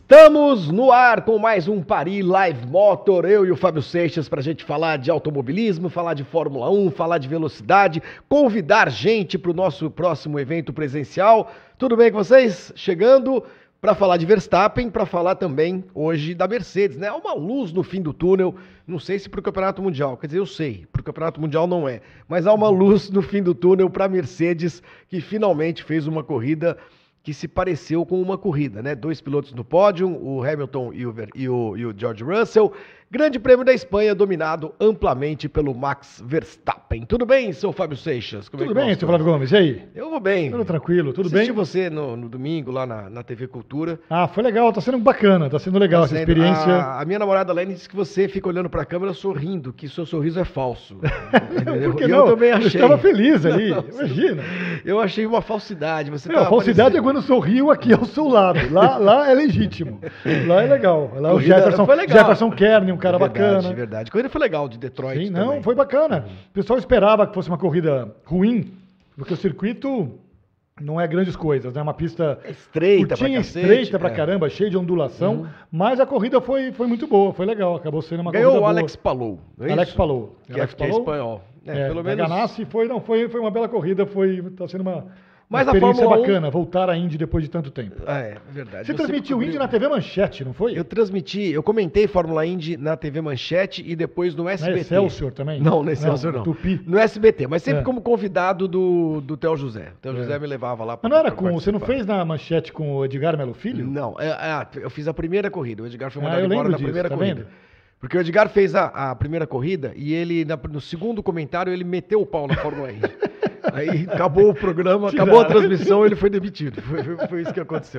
Estamos no ar com mais um Paris Live Motor, eu e o Fábio Seixas, para a gente falar de automobilismo, falar de Fórmula 1, falar de velocidade, convidar gente para o nosso próximo evento presencial. Tudo bem com vocês? Chegando para falar de Verstappen, para falar também hoje da Mercedes, né? Há uma luz no fim do túnel, não sei se para o Campeonato Mundial, quer dizer, eu sei, para o Campeonato Mundial não é, mas há uma luz no fim do túnel para a Mercedes, que finalmente fez uma corrida que se pareceu com uma corrida, né? 2 pilotos no pódio, o Hamilton e o George Russell. Grande Prêmio da Espanha, dominado amplamente pelo Max Verstappen. Tudo bem, seu Fábio Seixas? Tudo bem, seu Flávio Gomes, e aí? Eu vou bem. Tudo tranquilo, tudo bem? Assisti você no domingo, lá na TV Cultura. Ah, foi legal, tá sendo bacana, tá sendo legal essa experiência. A minha namorada Lene disse que você fica olhando pra câmera sorrindo, que seu sorriso é falso. Porque eu também achei. Eu estava feliz ali, imagina. Eu achei uma falsidade. A falsidade é quando sorriu aqui ao seu lado. Lá é legítimo. Lá é legal. Lá o Jefferson Kern, um cara bacana. Verdade. A corrida foi legal de Detroit. Sim, não, foi bacana. O pessoal esperava que fosse uma corrida ruim, porque o circuito não é grandes coisas, né? Uma pista estreita pra caramba, cheia de ondulação, mas a corrida foi muito boa, foi legal, acabou sendo uma corrida boa. Ganhou o Alex Palou, não é isso? Alex Palou. Que é espanhol. Pelo menos. Ganassi foi uma bela corrida, tá sendo uma mas experiência bacana, voltar à Indy depois de tanto tempo. É verdade. Você transmitiu Indy na TV Manchete, não foi? Eu comentei Fórmula Indy na TV Manchete e depois no SBT. Na Excelsior também? Não, no Excelsior não. Tupi. No SBT, mas sempre como convidado do Theo José. O Theo José me levava lá para. Mas não era você não fez na Manchete com o Edgar Melo Filho? Não, eu fiz a primeira corrida. O Edgar foi mandado embora na primeira corrida. Vendo? Porque o Edgar fez a primeira corrida e ele, no segundo comentário, ele meteu o pau na Fórmula Indy. Aí acabou o programa, acabou a transmissão, ele foi demitido. Foi isso que aconteceu.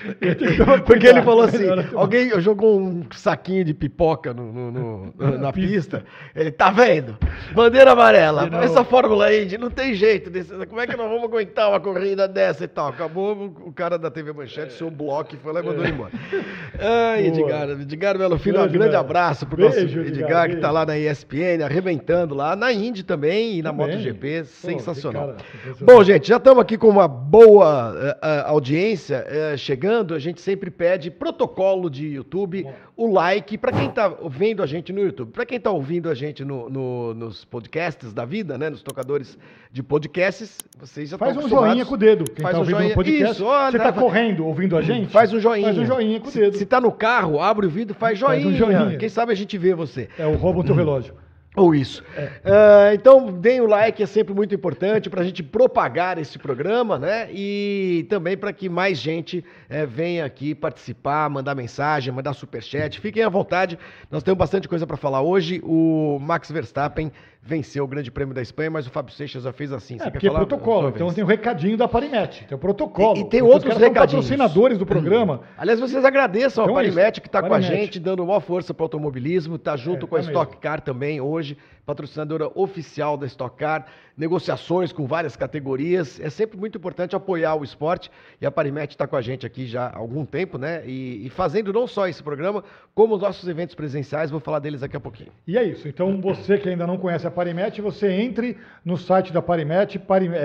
Porque ele falou assim, alguém jogou um saquinho de pipoca na pista. Ele, tá vendo? Bandeira amarela. Essa Fórmula Indy não tem jeito. Como é que nós vamos aguentar uma corrida dessa e tal? Acabou o cara da TV Manchete, seu bloco, foi lá e mandou ele embora. Ai, Edgar Melo Filho, um grande abraço pro nosso Edgar, que tá lá na ESPN, arrebentando lá, na Indy também e na MotoGP, sensacional. Bom, gente, já estamos aqui com uma boa audiência chegando. A gente sempre pede protocolo de YouTube, o like, para quem está vendo a gente no YouTube. Para quem está ouvindo a gente nos podcasts da vida, né, nos tocadores de podcasts, vocês já estão acostumados. Faz um joinha com o dedo. Quem está ouvindo no podcast, isso, olha, você está correndo, ouvindo a gente? Faz um joinha. Faz um joinha com o dedo. Se está no carro, abre o vidro, faz joinha. Um joinha. Quem sabe a gente vê você. Roubam o teu relógio. Ou isso. Então, deem o like, é sempre muito importante para a gente propagar esse programa, né? E também para que mais gente venha aqui participar, mandar mensagem, mandar superchat. Fiquem à vontade, nós temos bastante coisa para falar hoje. O Max Verstappen venceu o Grande Prêmio da Espanha, mas o Fábio Seixas já fez assim. Você porque é protocolo, então tem o recadinho da Parimet, tem o protocolo. E tem outros recadinhos. São patrocinadores do programa. Aliás, vocês agradeçam a Parimet que está com a gente, dando maior força para o automobilismo, está junto com a Stock Car também hoje, patrocinadora oficial da Stock Car, negociações com várias categorias. É sempre muito importante apoiar o esporte e a Parimet está com a gente aqui já há algum tempo, né? E fazendo não só esse programa, como os nossos eventos presenciais, vou falar deles daqui a pouquinho. E é isso, então você que ainda não conhece a Parimet, você entre no site da Parimet,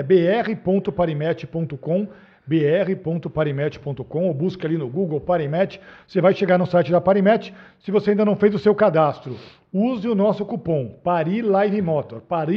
br.parimet.com, br.parimet.com, ou busca ali no Google Parimet, você vai chegar no site da Parimet. Se você ainda não fez o seu cadastro, use o nosso cupom Paris Live Motor,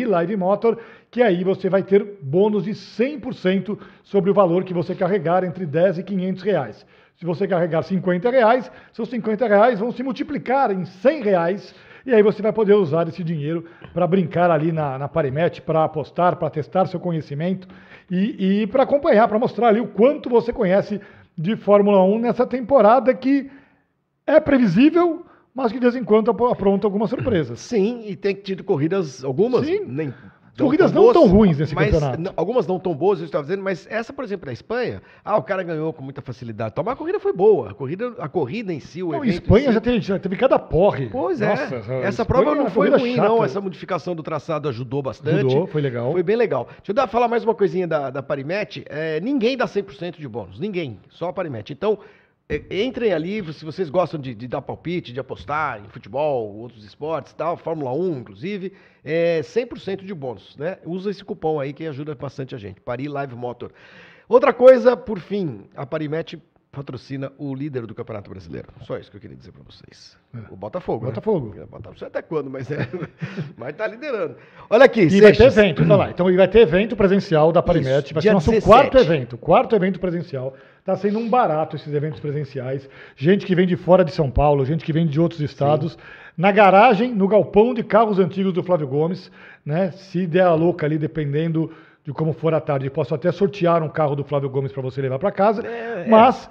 que aí você vai ter bônus de 100% sobre o valor que você carregar entre 10 e 500 reais. Se você carregar 50 reais, seus 50 reais vão se multiplicar em 100 reais, e aí você vai poder usar esse dinheiro para brincar ali na Parimet, para apostar, para testar seu conhecimento e para acompanhar, para mostrar ali o quanto você conhece de Fórmula 1 nessa temporada que é previsível, mas que de vez em quando apronta algumas surpresas. Sim, e tem tido corridas, algumas, sim. Corridas não tão ruins nesse campeonato. Algumas não tão boas, eu estava dizendo, mas essa, por exemplo, na Espanha, o cara ganhou com muita facilidade. Mas a corrida foi boa. A corrida em si, o evento. Espanha já teve cada porre. Pois é. Nossa, essa prova não foi ruim, não. Essa modificação do traçado ajudou bastante. Ajudou, foi legal. Foi bem legal. Deixa eu falar mais uma coisinha da Parimet. Ninguém dá 100% de bônus. Ninguém. Só a Parimet. Então, entrem ali, se vocês gostam de dar palpite, de apostar em futebol, outros esportes, tal, Fórmula 1, inclusive, 100% de bônus, né? Usa esse cupom aí que ajuda bastante a gente. Paris Live Motor. Outra coisa, por fim, a Parimet patrocina o líder do Campeonato Brasileiro. Só isso que eu queria dizer para vocês. O Botafogo. Botafogo. Né? Botafogo. Não sei até quando, mas tá liderando. Olha aqui, E vai ter evento, vai lá. Então vai ter evento presencial da Parimet. Vai ser nosso 17. quarto evento presencial. Está sendo um barato esses eventos presenciais. Gente que vem de fora de São Paulo, gente que vem de outros estados. Sim. Na garagem, no galpão de carros antigos do Flávio Gomes, né? Se der a louca ali, dependendo de como for à tarde, posso até sortear um carro do Flávio Gomes para você levar para casa. Mas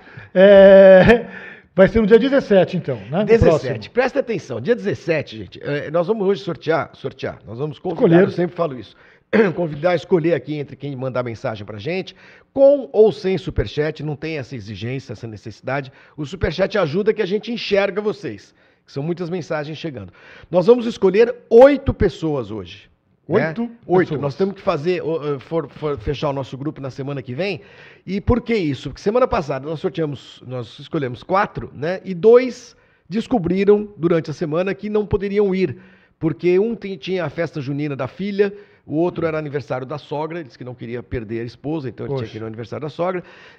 vai ser no dia 17, então, né? 17. Presta atenção. Dia 17, gente. Nós vamos hoje sortear. Nós vamos convidar, eu sempre falo isso. Convidar, escolher aqui entre quem mandar mensagem pra gente, com ou sem superchat, não tem essa exigência, essa necessidade. O superchat ajuda que a gente enxerga vocês, que são muitas mensagens chegando. Nós vamos escolher 8 pessoas hoje. 8? 8. Nós temos que fechar o nosso grupo na semana que vem. E por que isso? Porque semana passada nós escolhemos 4, né? E 2 descobriram durante a semana que não poderiam ir, porque um tinha a festa junina da filha, o outro era aniversário da sogra, ele disse que não queria perder a esposa, então ele tinha que ir no aniversário da sogra.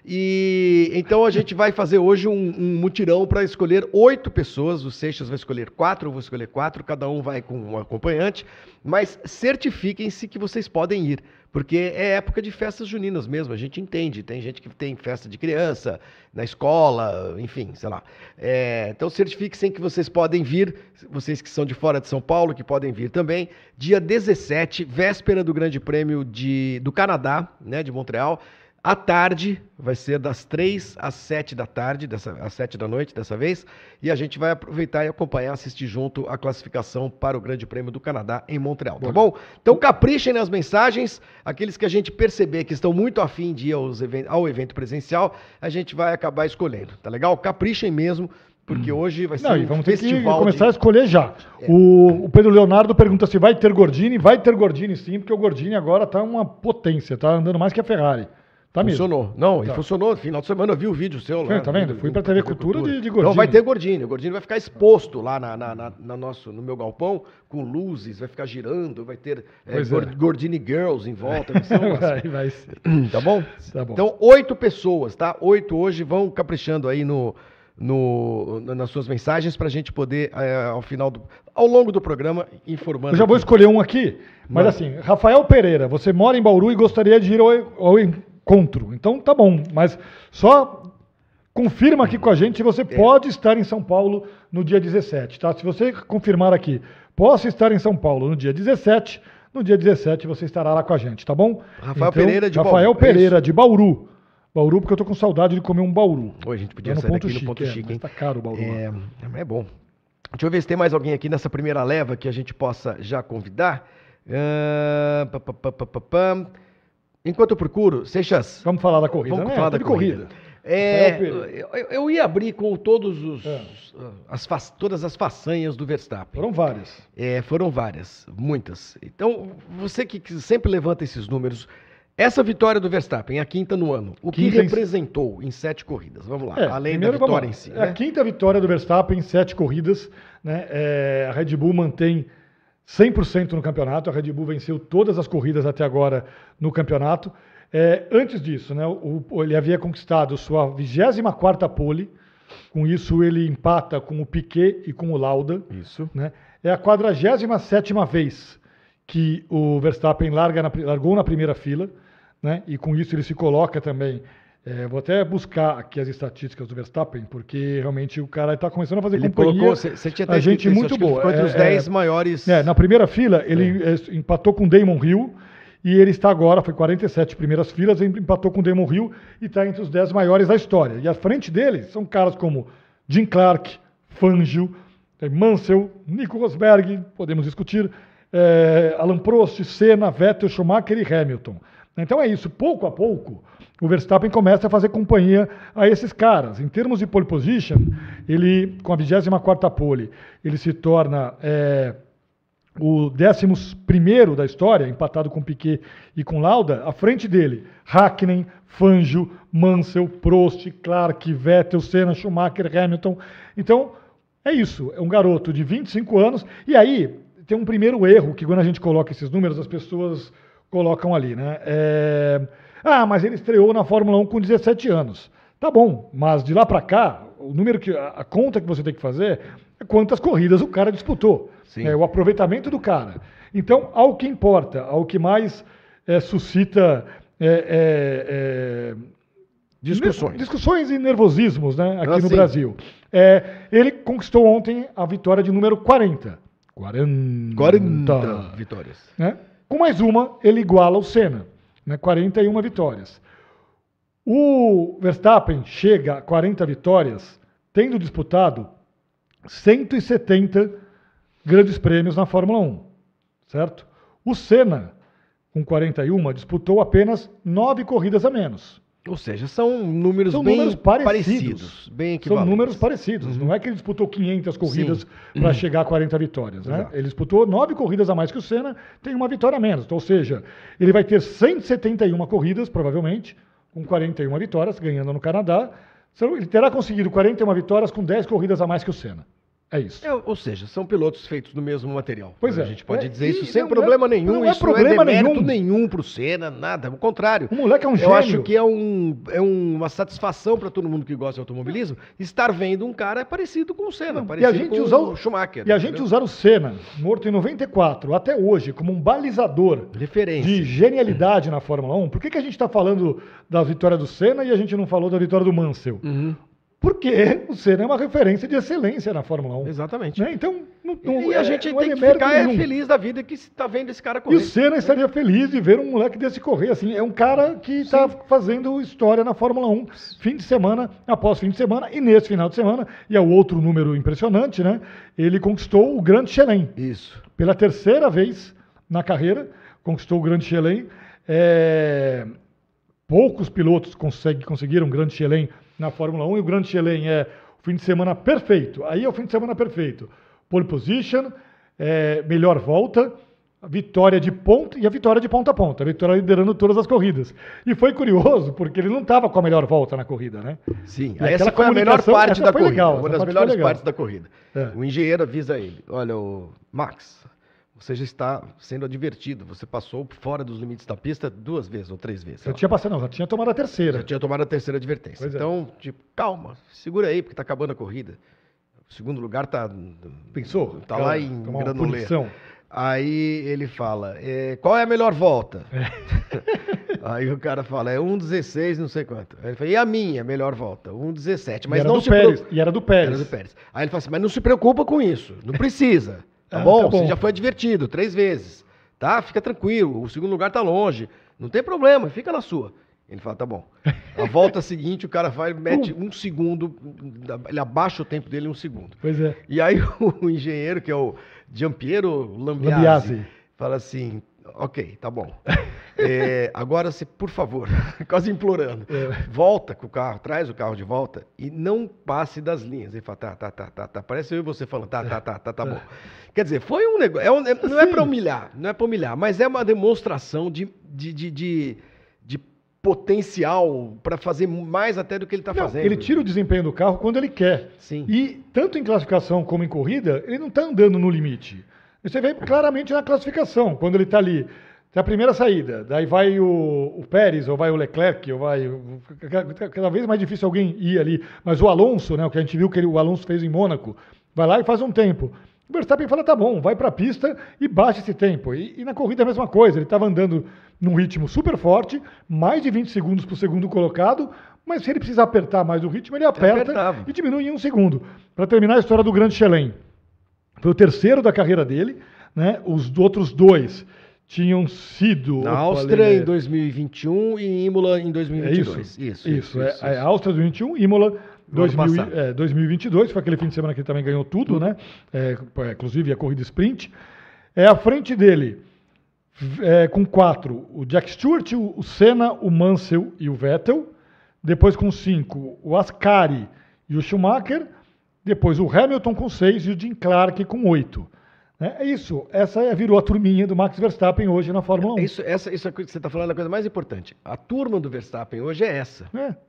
E então a gente vai fazer hoje um mutirão para escolher 8 pessoas. O Seixas vai escolher 4, eu vou escolher 4, cada um vai com um acompanhante, mas certifiquem-se que vocês podem ir, porque é época de festas juninas mesmo, a gente entende, tem gente que tem festa de criança, na escola, enfim, sei lá. Então certifiquem-se que vocês podem vir, vocês que são de fora de São Paulo, que podem vir também, dia 17, véspera do Grande Prêmio do Canadá, né, de Montreal. À tarde, vai ser das 3 às 7 da tarde, às 7 da noite dessa vez, e a gente vai aproveitar e acompanhar, assistir junto a classificação para o Grande Prêmio do Canadá em Montreal, tá bom? Então caprichem nas mensagens, aqueles que a gente perceber que estão muito afim de ir ao evento presencial, a gente vai acabar escolhendo, tá legal? Caprichem mesmo, porque hoje vai ser vamos ter que começar a escolher já. O Pedro Leonardo pergunta se vai ter Gordini. Vai ter Gordini sim, porque o Gordini agora está uma potência, tá andando mais que a Ferrari. Tá funcionou. Mesmo. Não, e funcionou. No final de semana eu vi o vídeo seu lá. Tá vendo? Fui pra TV Cultura de Gordini. Então vai ter Gordini. O Gordini vai ficar exposto lá no meu galpão, com luzes, vai ficar girando, vai ter Gordini Girls em volta. Vai ser vai ser. Tá bom? Tá bom. Então, 8 pessoas, tá? 8 hoje, vão caprichando aí nas suas mensagens pra gente poder, ao longo do programa, informando. Eu já vou escolher um aqui, mas assim, Rafael Pereira, você mora em Bauru e gostaria de ir ao encontro. Então tá bom, mas só confirma aqui com a gente se você pode estar em São Paulo no dia 17, tá? Se você confirmar aqui, posso estar em São Paulo no dia 17, no dia 17 você estará lá com a gente, tá bom? Rafael Pereira de Bauru. Rafael Pereira de Bauru. Bauru, porque eu tô com saudade de comer um bauru. Hoje a gente podia sair daqui no ponto chique, hein? Tá caro o bauru. É bom. Deixa eu ver se tem mais alguém aqui nessa primeira leva que a gente possa já convidar. Enquanto eu procuro, Seixas... Vamos falar da corrida, Vamos falar da corrida. Eu ia abrir com todas as façanhas do Verstappen. Foram várias. Foram várias, muitas. Então, você que sempre levanta esses números, essa vitória do Verstappen, a quinta no ano, o que representou em 7 corridas? Vamos lá, além da vitória em si. A quinta vitória do Verstappen em 7 corridas, né? A Red Bull mantém 100% no campeonato, a Red Bull venceu todas as corridas até agora no campeonato. Antes disso, né, ele havia conquistado sua 24ª pole, com isso ele empata com o Piquet e com o Lauda. Isso. Né? É a 47ª vez que o Verstappen largou na primeira fila, né? E com isso ele se coloca também. Vou até buscar aqui as estatísticas do Verstappen, porque realmente o cara está começando a fazer companhia. Você tinha a gente muito boa. Ficou entre os 10 maiores. Na primeira fila, ele empatou com Damon Hill, e ele está agora, foi 47 primeiras filas, empatou com Damon Hill e está entre os 10 maiores da história. E à frente dele são caras como Jim Clark, Fangio, Mansell, Nico Rosberg, podemos discutir, Alan Prost, Senna, Vettel, Schumacher e Hamilton. Então é isso, pouco a pouco, o Verstappen começa a fazer companhia a esses caras. Em termos de pole position, ele, com a 24ª pole, ele se torna o 11º da história, empatado com Piquet e com Lauda. À frente dele, Hakkinen, Fangio, Mansell, Prost, Clark, Vettel, Senna, Schumacher, Hamilton. Então, é isso, é um garoto de 25 anos. E aí, tem um primeiro erro, que quando a gente coloca esses números, as pessoas colocam ali, né? Mas ele estreou na Fórmula 1 com 17 anos. Tá bom, mas de lá para cá, o número a conta que você tem que fazer é quantas corridas o cara disputou. Sim. O aproveitamento do cara. Então, ao que importa, ao que mais suscita discussões e nervosismos, né, aqui no Brasil. Ele conquistou ontem a vitória de número 40. 40 vitórias. Né? Com mais uma, ele iguala o Senna. Né, 41 vitórias. O Verstappen chega a 40 vitórias, tendo disputado 170 grandes prêmios na Fórmula 1. Certo? O Senna, com 41, disputou apenas 9 corridas a menos. Ou seja, são números bem parecidos. Bem equivalentes. São números parecidos. Não é que ele disputou 500 corridas para chegar a 40 vitórias. Né? Ele disputou 9 corridas a mais que o Senna, tem uma vitória a menos. Então, ou seja, ele vai ter 171 corridas, provavelmente, com 41 vitórias, ganhando no Canadá. Ele terá conseguido 41 vitórias com 10 corridas a mais que o Senna. É isso. Ou seja, são pilotos feitos do mesmo material. Pois A gente pode dizer isso sem problema nenhum. Não é problema nenhum pro Senna, nada. Ao contrário. O moleque é um gênio. Eu acho que é uma satisfação para todo mundo que gosta de automobilismo estar vendo um cara parecido com o Senna, parecido com o Schumacher. E a gente usar o Senna, morto em 94, até hoje, como um balizador de genialidade na Fórmula 1. Por que a gente está falando da vitória do Senna e a gente não falou da vitória do Mansell? Porque o Senna é uma referência de excelência na Fórmula 1. Exatamente. Né? Então, a gente tem que ficar feliz da vida que está vendo esse cara correr. E o Senna estaria feliz de ver um moleque desse correr. Assim, é um cara que está fazendo história na Fórmula 1, fim de semana após fim de semana, e nesse final de semana, e é o outro número impressionante, né? Ele conquistou o Grande Chelem. Isso. Pela terceira vez na carreira, conquistou o Grande Chelem. Poucos pilotos conseguiram o Grande Chelem na Fórmula 1, e o Grande Chelem é o fim de semana perfeito. Aí é o fim de semana perfeito. Pole position, melhor volta, a vitória de ponta e a vitória de ponta a ponta. A vitória liderando todas as corridas. E foi curioso, porque ele não estava com a melhor volta na corrida, né? Sim, essa foi a melhor parte da corrida. Legal, uma das melhores partes da corrida. O engenheiro avisa ele, olha, Max, você já está sendo advertido. Você passou fora dos limites da pista 2 vezes ou 3 vezes. Já tinha tomado a terceira. Já tinha tomado a terceira advertência. Então, calma, segura aí, porque está acabando a corrida. O segundo lugar está... Pensou? Está lá em Granollers. Aí ele fala, qual é a melhor volta? Aí o cara fala, 1,16, não sei quanto. Aí ele fala, e a minha melhor volta? 1,17. Mas não se preocupa. E era do Pérez. Aí ele fala assim, mas não se preocupa com isso, não precisa. Tá bom? Você já foi advertido 3 vezes, tá? Fica tranquilo, o segundo lugar tá longe, não tem problema, fica na sua. Ele fala, tá bom. A volta seguinte, o cara vai e mete 1 segundo, ele abaixa o tempo dele 1 segundo. Pois é. E aí o engenheiro, que é o Giampiero Lambiase, fala assim, ok, tá bom. Agora você, por favor, quase implorando, volta com o carro, traz o carro de volta e não passe das linhas. Ele fala, tá. Parece eu e você falando, tá bom. Quer dizer, foi um negócio, não é para humilhar, mas é uma demonstração de potencial para fazer mais até do que ele está fazendo. Ele tira o desempenho do carro quando ele quer. Sim. E tanto em classificação como em corrida, ele não está andando no limite. Você vê claramente na classificação, quando ele está ali. Tem a primeira saída, daí vai o Pérez, ou vai o Leclerc, ou vai... Cada vez mais difícil alguém ir ali. Mas o Alonso, né, o que a gente viu que o Alonso fez em Mônaco, vai lá e faz um tempo. O Verstappen fala, tá bom, vai para a pista e baixa esse tempo. E na corrida a mesma coisa, ele estava andando num ritmo super forte, mais de 20 segundos para o segundo colocado, mas se ele precisar apertar mais o ritmo, ele aperta e diminui em 1 segundo. Para terminar a história do Grande Chelem. Foi o terceiro da carreira dele, né? Os outros 2 tinham sido... Na Áustria em 2021 e em Imola em 2022. Isso. A Áustria 2021, Imola 2022, foi aquele fim de semana que ele também ganhou tudo, né? Inclusive a corrida sprint. À frente dele, com 4, o Jack Stewart, o Senna, o Mansell e o Vettel. Depois com 5, o Ascari e o Schumacher. Depois o Hamilton com 6 e o Jim Clark com 8. É isso. Essa virou a turminha do Max Verstappen hoje na Fórmula 1. Isso que você está falando é a coisa mais importante. A turma do Verstappen hoje é essa.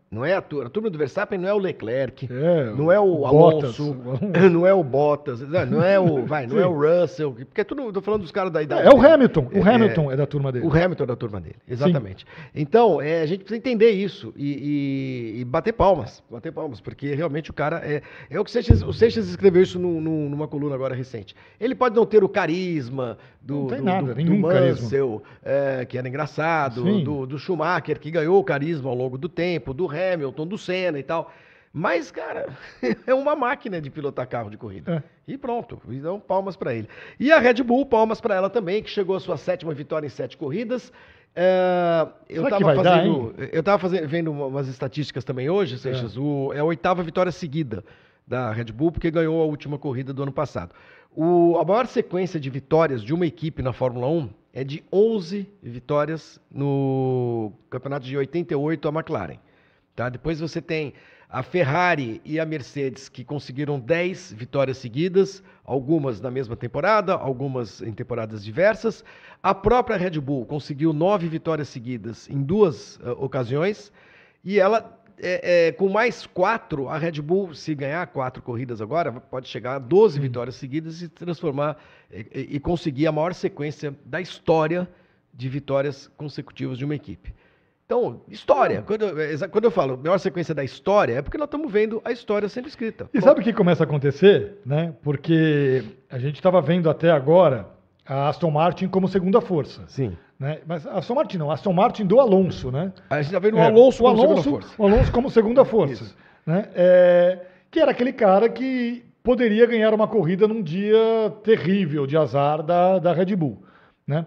Não é a turma do Verstappen não é o Leclerc, É, não é o Bottas. Alonso, não é o Bottas, não é o, não é o Russell, porque tô falando dos caras da idade. É o Hamilton. O Hamilton é da turma dele. O Hamilton é da turma dele, exatamente. Então, a gente precisa entender isso e bater palmas, porque realmente o cara é o que o Seixas escreveu isso numa coluna agora recente. Ele pode não ter o carisma Não tem nada, nenhum Mansell, que era engraçado, Sim. do Schumacher, que ganhou o carisma ao longo do tempo, do Hamilton, do Senna e tal. Mas, cara, é uma máquina de pilotar carro de corrida. E pronto. Então, palmas para ele. E a Red Bull, palmas para ela também, que chegou à sua 7ª vitória em 7 corridas. Eu estava vendo umas estatísticas também hoje, Seixas. É a 8ª vitória seguida da Red Bull, porque ganhou a última corrida do ano passado. A maior sequência de vitórias de uma equipe na Fórmula 1 é de 11 vitórias no campeonato de 88, a McLaren. Tá? Depois você tem a Ferrari e a Mercedes, que conseguiram 10 vitórias seguidas, algumas na mesma temporada, algumas em temporadas diversas. A própria Red Bull conseguiu 9 vitórias seguidas em 2 ocasiões, e ela, com mais 4, a Red Bull, se ganhar 4 corridas agora, pode chegar a 12 vitórias seguidas e transformar e conseguir a maior sequência da história de vitórias consecutivas de uma equipe. Então, história. Quando eu falo maior sequência da história, é porque nós estamos vendo a história sendo escrita. E sabe o que começa a acontecer? Né? Porque a gente estava vendo até agora a Aston Martin como segunda força. Sim. Né? Mas a Aston Martin não, a Aston Martin do Alonso, né? A gente está vendo o Alonso como segunda força. O Alonso como segunda força. Né? Que era aquele cara que poderia ganhar uma corrida num dia terrível de azar da Red Bull. Né?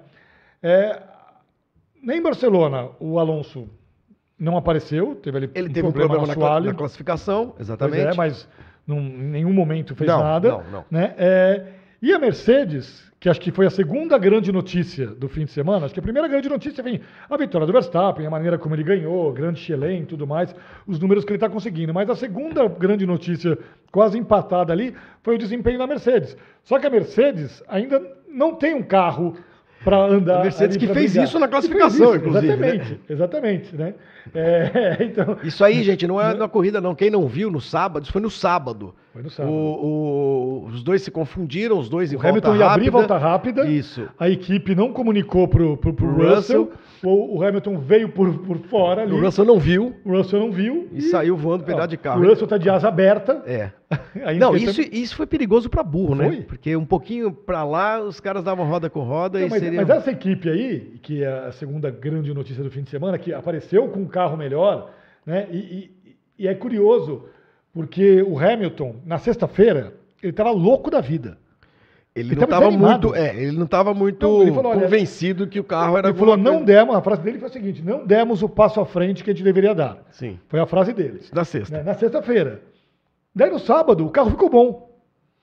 Nem Barcelona o Alonso não apareceu, teve ali ele teve um problema na classificação, exatamente. Pois mas em nenhum momento fez nada. Não. Né? E a Mercedes, que acho que foi a segunda grande notícia do fim de semana, acho que a primeira grande notícia foi a vitória do Verstappen, a maneira como ele ganhou, grande Chelem e tudo mais, os números que ele está conseguindo. Mas a segunda grande notícia, quase empatada ali, foi o desempenho da Mercedes. Só que a Mercedes ainda não tem um carro para andar. A Mercedes que fez brigar. isso na classificação, inclusive. Exatamente, né? Então... Isso aí, gente, não é na corrida, não. Quem não viu no sábado, isso foi no sábado. Foi no sábado. Os dois se confundiram, os dois em volta rápida. O Hamilton ia abrir volta rápida. Isso. A equipe não comunicou pro Russell. O Hamilton veio por fora ali. O Russell não viu. E saiu voando pedaço de carro. O Russell tá de asa aberta. Não, isso foi perigoso para burro, né? Porque um pouquinho para lá, os caras davam roda com roda Mas essa equipe aí, que é a segunda grande notícia do fim de semana, que apareceu com um carro melhor, né? E é curioso, porque o Hamilton, na sexta-feira, ele estava louco da vida. Ele não estava muito convencido que o carro era... Ele falou, a frase dele foi a seguinte, não demos o passo à frente que a gente deveria dar. Sim. Foi a frase deles. Na sexta. Na sexta-feira. Daí no sábado, o carro ficou bom.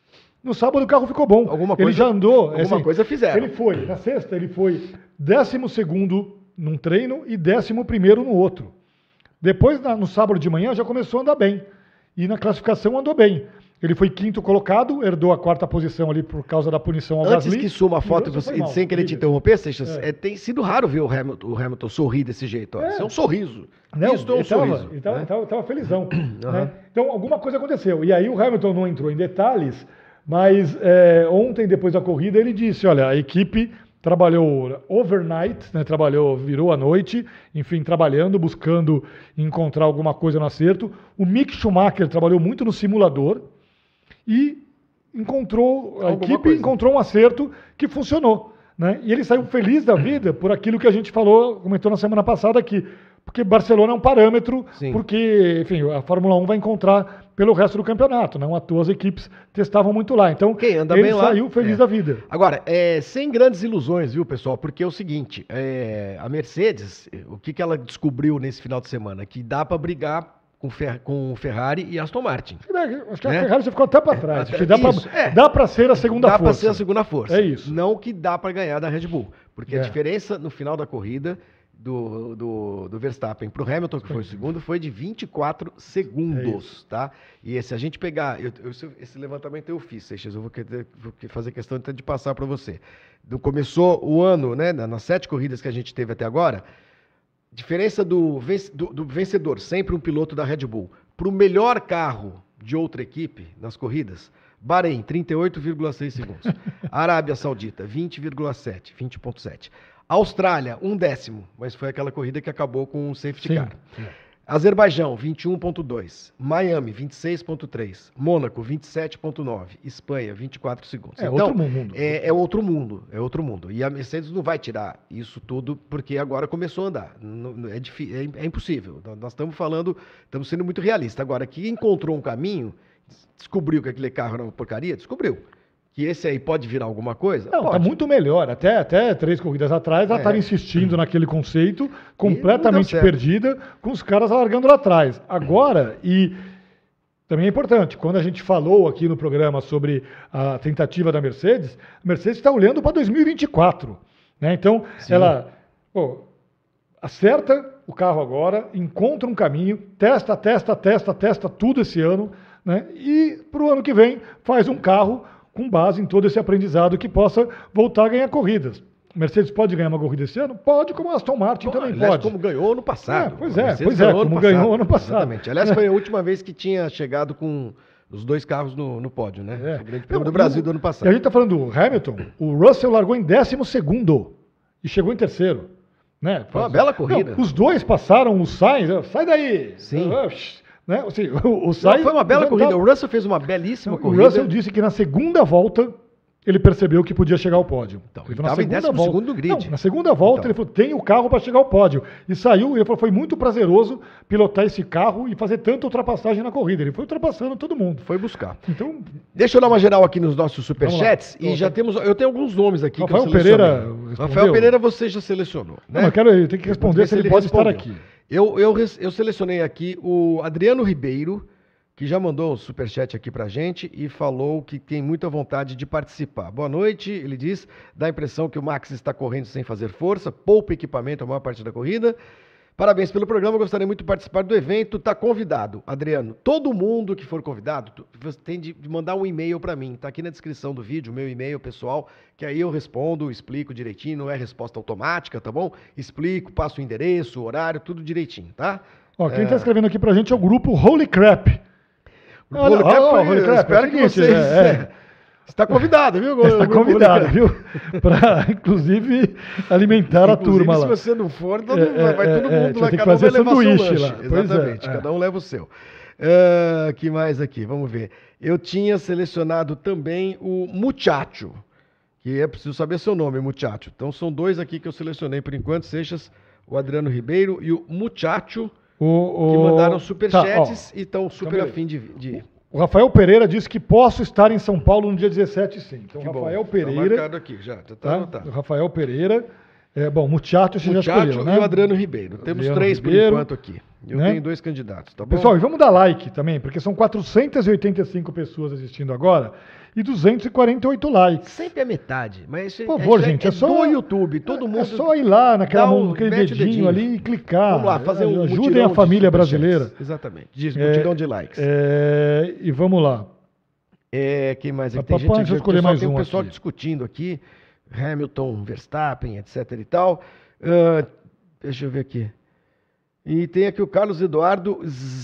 Ele já andou... Alguma coisa fizeram. Na sexta, ele foi 12º num treino e 11º no outro. Depois, no sábado de manhã, já começou a andar bem. E na classificação andou bem. Ele foi 5º colocado, herdou a 4ª posição ali por causa da punição ao Gasly. Antes que suma a foto, sem querer te interromper, Seixas, tem sido raro ver o Hamilton sorrir desse jeito. Isso é um sorriso. Isso é um sorriso. Ele estava felizão. Né? Então, alguma coisa aconteceu. E aí o Hamilton não entrou em detalhes, mas ontem, depois da corrida, ele disse, olha, a equipe trabalhou overnight, né? Virou à noite, enfim, trabalhando, buscando encontrar alguma coisa no acerto. O Mick Schumacher trabalhou muito no simulador e a equipe encontrou um acerto que funcionou. Né? E ele saiu feliz da vida por aquilo que a gente comentou na semana passada aqui. Porque Barcelona é um parâmetro, porque, enfim, a Fórmula 1 vai encontrar pelo resto do campeonato. Não à toa as equipes testavam muito lá. Então, quem anda ele bem saiu feliz da vida. Agora, sem grandes ilusões, viu, pessoal? Porque é o seguinte, a Mercedes, o que ela descobriu nesse final de semana? Que dá para brigar com Ferrari e Aston Martin. Acho que a Ferrari já ficou até para trás. Acho que dá para ser a segunda força. Dá para ser a segunda força. É isso. Não que dá para ganhar da Red Bull. Porque a diferença no final da corrida do Verstappen para o Hamilton, que foi o segundo, foi de 24 segundos, tá? E se a gente pegar... esse levantamento eu fiz, Seixas, eu vou fazer questão de passar para você. Começou o ano, né, nas 7 corridas que a gente teve até agora, diferença do vencedor, sempre um piloto da Red Bull, para o melhor carro de outra equipe nas corridas, Bahrein, 38,6 segundos. Arábia Saudita, 20,7. Austrália, 1/10, mas foi aquela corrida que acabou com um safety car. Sim. Azerbaijão, 21,2. Miami, 26,3. Mônaco, 27,9. Espanha, 24 segundos. É então, outro mundo. É outro mundo. É outro mundo. E a Mercedes não vai tirar isso tudo porque agora começou a andar. É impossível. Nós estamos sendo muito realistas. Agora, que encontrou um caminho, descobriu que aquele carro era uma porcaria, descobriu. Que esse aí pode virar alguma coisa? Não, pode. tá muito melhor. Até 3 corridas atrás, ela estava insistindo naquele conceito, completamente perdida, com os caras largando lá atrás. Agora, e também é importante, quando a gente falou aqui no programa sobre a tentativa da Mercedes, a Mercedes está olhando para 2024. Né? Então, ela acerta o carro agora, encontra um caminho, testa tudo esse ano, né? E para o ano que vem faz um carro com base em todo esse aprendizado que possa voltar a ganhar corridas. Mercedes pode ganhar uma corrida esse ano? Pode, como a Aston Martin também pode. Como ganhou ano passado. Pois é, como ganhou ano passado. Exatamente. Aliás, foi a última vez que tinha chegado com os 2 carros no pódio, né? O Grande Prêmio do Brasil do ano passado. E a gente está falando do Hamilton, o Russell largou em 12º e chegou em 3º. Né? Foi uma bela corrida. Não, os dois passaram o Sainz, sai daí! Sim. Né? Assim, o Sainz, foi uma bela corrida. O Russell fez uma belíssima corrida. O Russell disse que na segunda volta ele percebeu que podia chegar ao pódio. Então, ele estava em 12º do grid. Não, na segunda volta ele falou, tem o carro para chegar ao pódio. E saiu, ele falou, foi muito prazeroso pilotar esse carro e fazer tanta ultrapassagem na corrida. Ele foi ultrapassando todo mundo. Foi buscar. Então, deixa eu dar uma geral aqui nos nossos superchats. E já temos, eu tenho alguns nomes aqui Rafael que eu selecionei. Pereira respondeu. Rafael Pereira você já selecionou, né? Não, eu tenho que responder se ele pode estar aqui. Eu selecionei aqui o Adriano Ribeiro, que já mandou um superchat aqui pra gente e falou que tem muita vontade de participar. Boa noite, ele diz, dá a impressão que o Max está correndo sem fazer força, poupa equipamento a maior parte da corrida. Parabéns pelo programa, gostaria muito de participar do evento, tá convidado. Adriano, todo mundo que for convidado, você tem de mandar um e-mail para mim, tá aqui na descrição do vídeo, meu e-mail pessoal, que aí eu respondo, explico direitinho, não é resposta automática, tá bom? Explico, passo o endereço, o horário, tudo direitinho, tá? Ó, quem tá escrevendo aqui pra gente é o grupo Holy Crap. Holy Crap, espero que vocês... Está convidado, viu? Está convidado, viu? Para, inclusive, alimentar a turma lá. Se você não for, vai todo mundo lá, cada um vai levar seu lanche. Lá. Exatamente, cada um leva o seu. Que mais aqui? Vamos ver. Eu tinha selecionado também o Muchacho, que é preciso saber seu nome, Muchacho. Então são 2 aqui que eu selecionei por enquanto, Seixas, o Adriano Ribeiro e o Muchacho, que mandaram superchats e estão super afim de... O Rafael Pereira disse que posso estar em São Paulo no dia 17, sim. Então, que Rafael bom. Pereira... Tá marcado aqui, já tá anotado. O Rafael Pereira... Muchacho, você já escolheu, né? E o Adriano Ribeiro. Temos 3 por enquanto aqui. Eu tenho 2 candidatos, tá bom? Pessoal, e vamos dar like também, porque são 485 pessoas assistindo agora e 248 likes. Sempre a metade. Mas por favor, gente, é só do YouTube. Todo mundo. É só ir lá naquele dedinho ali e clicar. Vamos lá, fazer um ajudem a família brasileira. Exatamente. Multidão de likes. E vamos lá. Quem mais aqui? Tem gente deixa eu escolher mais um. Tem um pessoal discutindo aqui. Hamilton, Verstappen, etc e tal. Deixa eu ver aqui. E tem aqui o Carlos Eduardo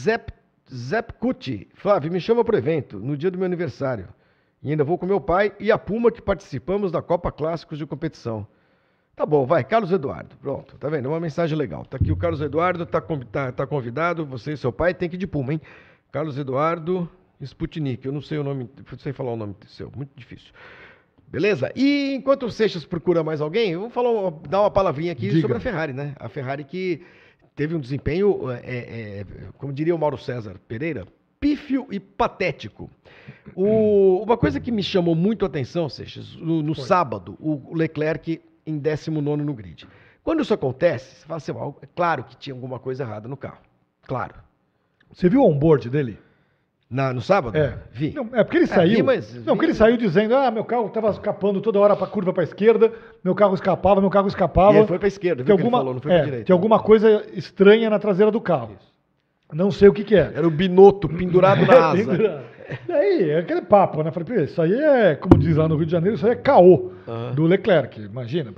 Zepcuti. Flávio, me chama para o evento, no dia do meu aniversário. E ainda vou com meu pai e a Puma, que participamos da Copa Clássicos de competição. Tá bom, vai, Carlos Eduardo. Pronto, tá vendo? É uma mensagem legal. Tá aqui o Carlos Eduardo, tá convidado. Você e seu pai tem que ir de Puma, hein? Carlos Eduardo Sputnik. Eu não sei o nome, não sei falar o nome seu, muito difícil. Beleza? E enquanto o Seixas procura mais alguém, eu vou dar uma palavrinha aqui sobre a Ferrari, né? A Ferrari que teve um desempenho, como diria o Mauro César Pereira, pífio e patético. Uma coisa que me chamou muito a atenção, Seixas, no sábado, o Leclerc em 19º no grid. Quando isso acontece, você fala assim, é claro que tinha alguma coisa errada no carro. Claro. Você viu o onboard dele? No sábado? Vi. Não, porque ele saiu. Porque ele saiu dizendo: meu carro estava escapando toda hora para a curva para a esquerda, meu carro escapava. E ele foi para a esquerda, viu? Ele falou, não foi para a direita. Tinha alguma coisa estranha na traseira do carro. Isso. Não sei o que é. Era o Binotto pendurado na asa. Daí, é aquele papo, né? Falei, isso aí é, como diz lá no Rio de Janeiro, isso aí é caô do Leclerc. Imagina, pô.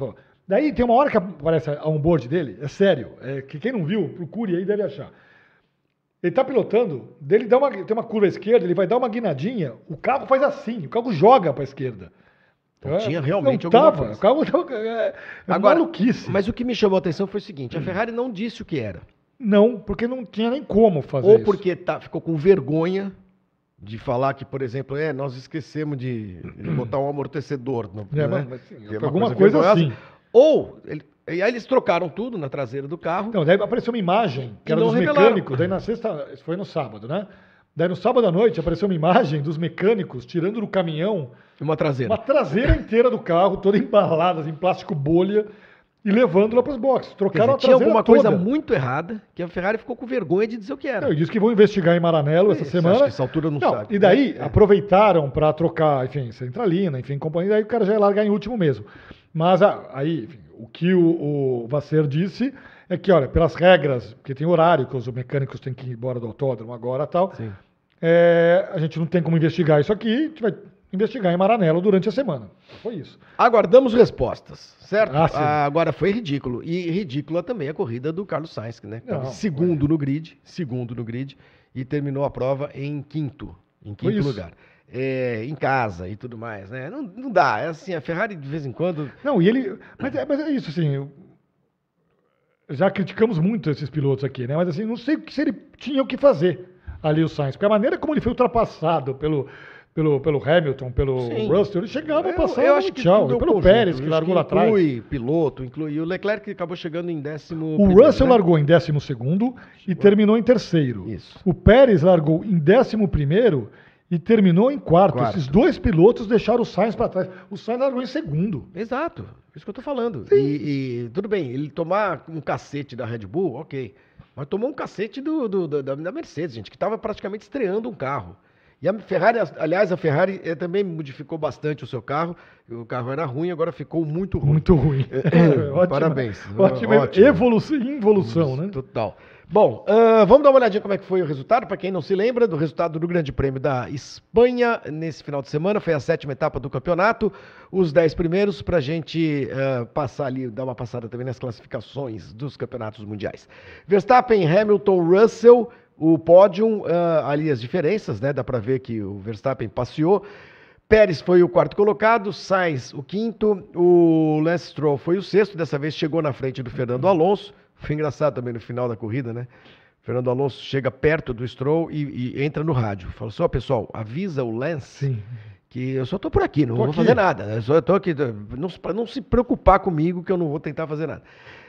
Daí tem uma hora que aparece a onboard dele, é sério, que quem não viu, procure aí, deve achar. Ele tá pilotando, dele tem uma curva à esquerda, ele vai dar uma guinadinha, o carro faz assim, o carro joga para a esquerda. Então, tinha realmente não alguma tava, coisa. o carro Agora, maluquice. mas o que me chamou a atenção foi o seguinte, a Ferrari não disse o que era. Não, porque não tinha nem como fazer Ou isso. porque ficou com vergonha de falar que, por exemplo, nós esquecemos de botar um amortecedor. Mas, sim, Que é uma alguma coisa vergonhosa. assim. Ou, e aí eles trocaram tudo na traseira do carro. Então, daí apareceu uma imagem, que E era não dos revelaram. mecânicos, daí na sexta, isso foi no sábado, né? Daí no sábado à noite apareceu uma imagem dos mecânicos tirando do caminhão Uma traseira. uma traseira inteira do carro, toda embalada em plástico bolha, e levando lá para os boxes. Quer Trocaram dizer, a tinha traseira alguma toda. coisa muito errada que a Ferrari ficou com vergonha de dizer o que era. Não, e disse que vão investigar em Maranello essa Você semana. acha que essa altura não sabe, E daí né? aproveitaram para trocar, enfim, centralina, enfim, companhia, daí o cara já ia largar em último mesmo. Mas aí, enfim, o que o Vasser disse é que, olha, pelas regras, porque tem horário que os mecânicos têm que ir embora do autódromo agora e tal, Sim. a gente não tem como investigar isso aqui, a gente vai investigar em Maranello durante a semana. Foi isso. Aguardamos respostas, certo? Ah, sim. Agora foi ridículo. E ridícula também a corrida do Carlos Sainz, né? Não, Tava segundo no grid, e terminou a prova em quinto isso. lugar. Em casa e tudo mais, né? Não dá. É assim, a Ferrari de vez em quando. Não, e ele. Mas é isso, assim. Já criticamos muito esses pilotos aqui, né? Mas assim, não sei se ele tinha o que fazer ali o Sainz, porque a maneira como ele foi ultrapassado pelo Hamilton, pelo Sim. Russell, ele chegava passando eu acho que tchau. tudo é E um pelo conjunto. Pérez, que Isso largou lá atrás. Inclui piloto, inclui o Leclerc, que acabou chegando em 10º. O Russell largou em 12º e terminou em terceiro. Isso. O Pérez largou em 11º e terminou em quarto. Esses dois pilotos deixaram o Sainz para trás. O Sainz largou em segundo. Exato, isso que eu tô falando. E tudo bem, ele tomar um cacete da Red Bull, ok. Mas tomou um cacete da Mercedes, gente, que estava praticamente estreando um carro. E a Ferrari, aliás, a Ferrari também modificou bastante o seu carro. O carro era ruim, agora ficou muito ruim. Muito ruim. Ótima, Parabéns. Ótima Ótimo. involução, né? Total. Bom, vamos dar uma olhadinha como é que foi o resultado. Para quem não se lembra do resultado do Grande Prêmio da Espanha nesse final de semana, foi a 7ª etapa do campeonato. Os 10 primeiros para a gente passar ali, dar uma passada também nas classificações dos campeonatos mundiais. Verstappen, Hamilton, Russell, o pódio, ali as diferenças, né? Dá para ver que o Verstappen passeou. Pérez foi o 4º colocado, Sainz o 5º, o Lance Stroll foi o 6º, dessa vez chegou na frente do Fernando Alonso. Foi engraçado também no final da corrida, né? Fernando Alonso chega perto do Stroll e entra no rádio. Falou assim, pessoal, avisa o Lance Sim. que eu só tô por aqui, não vou fazer nada. Eu só tô aqui, para não se preocupar comigo que eu não vou tentar fazer nada.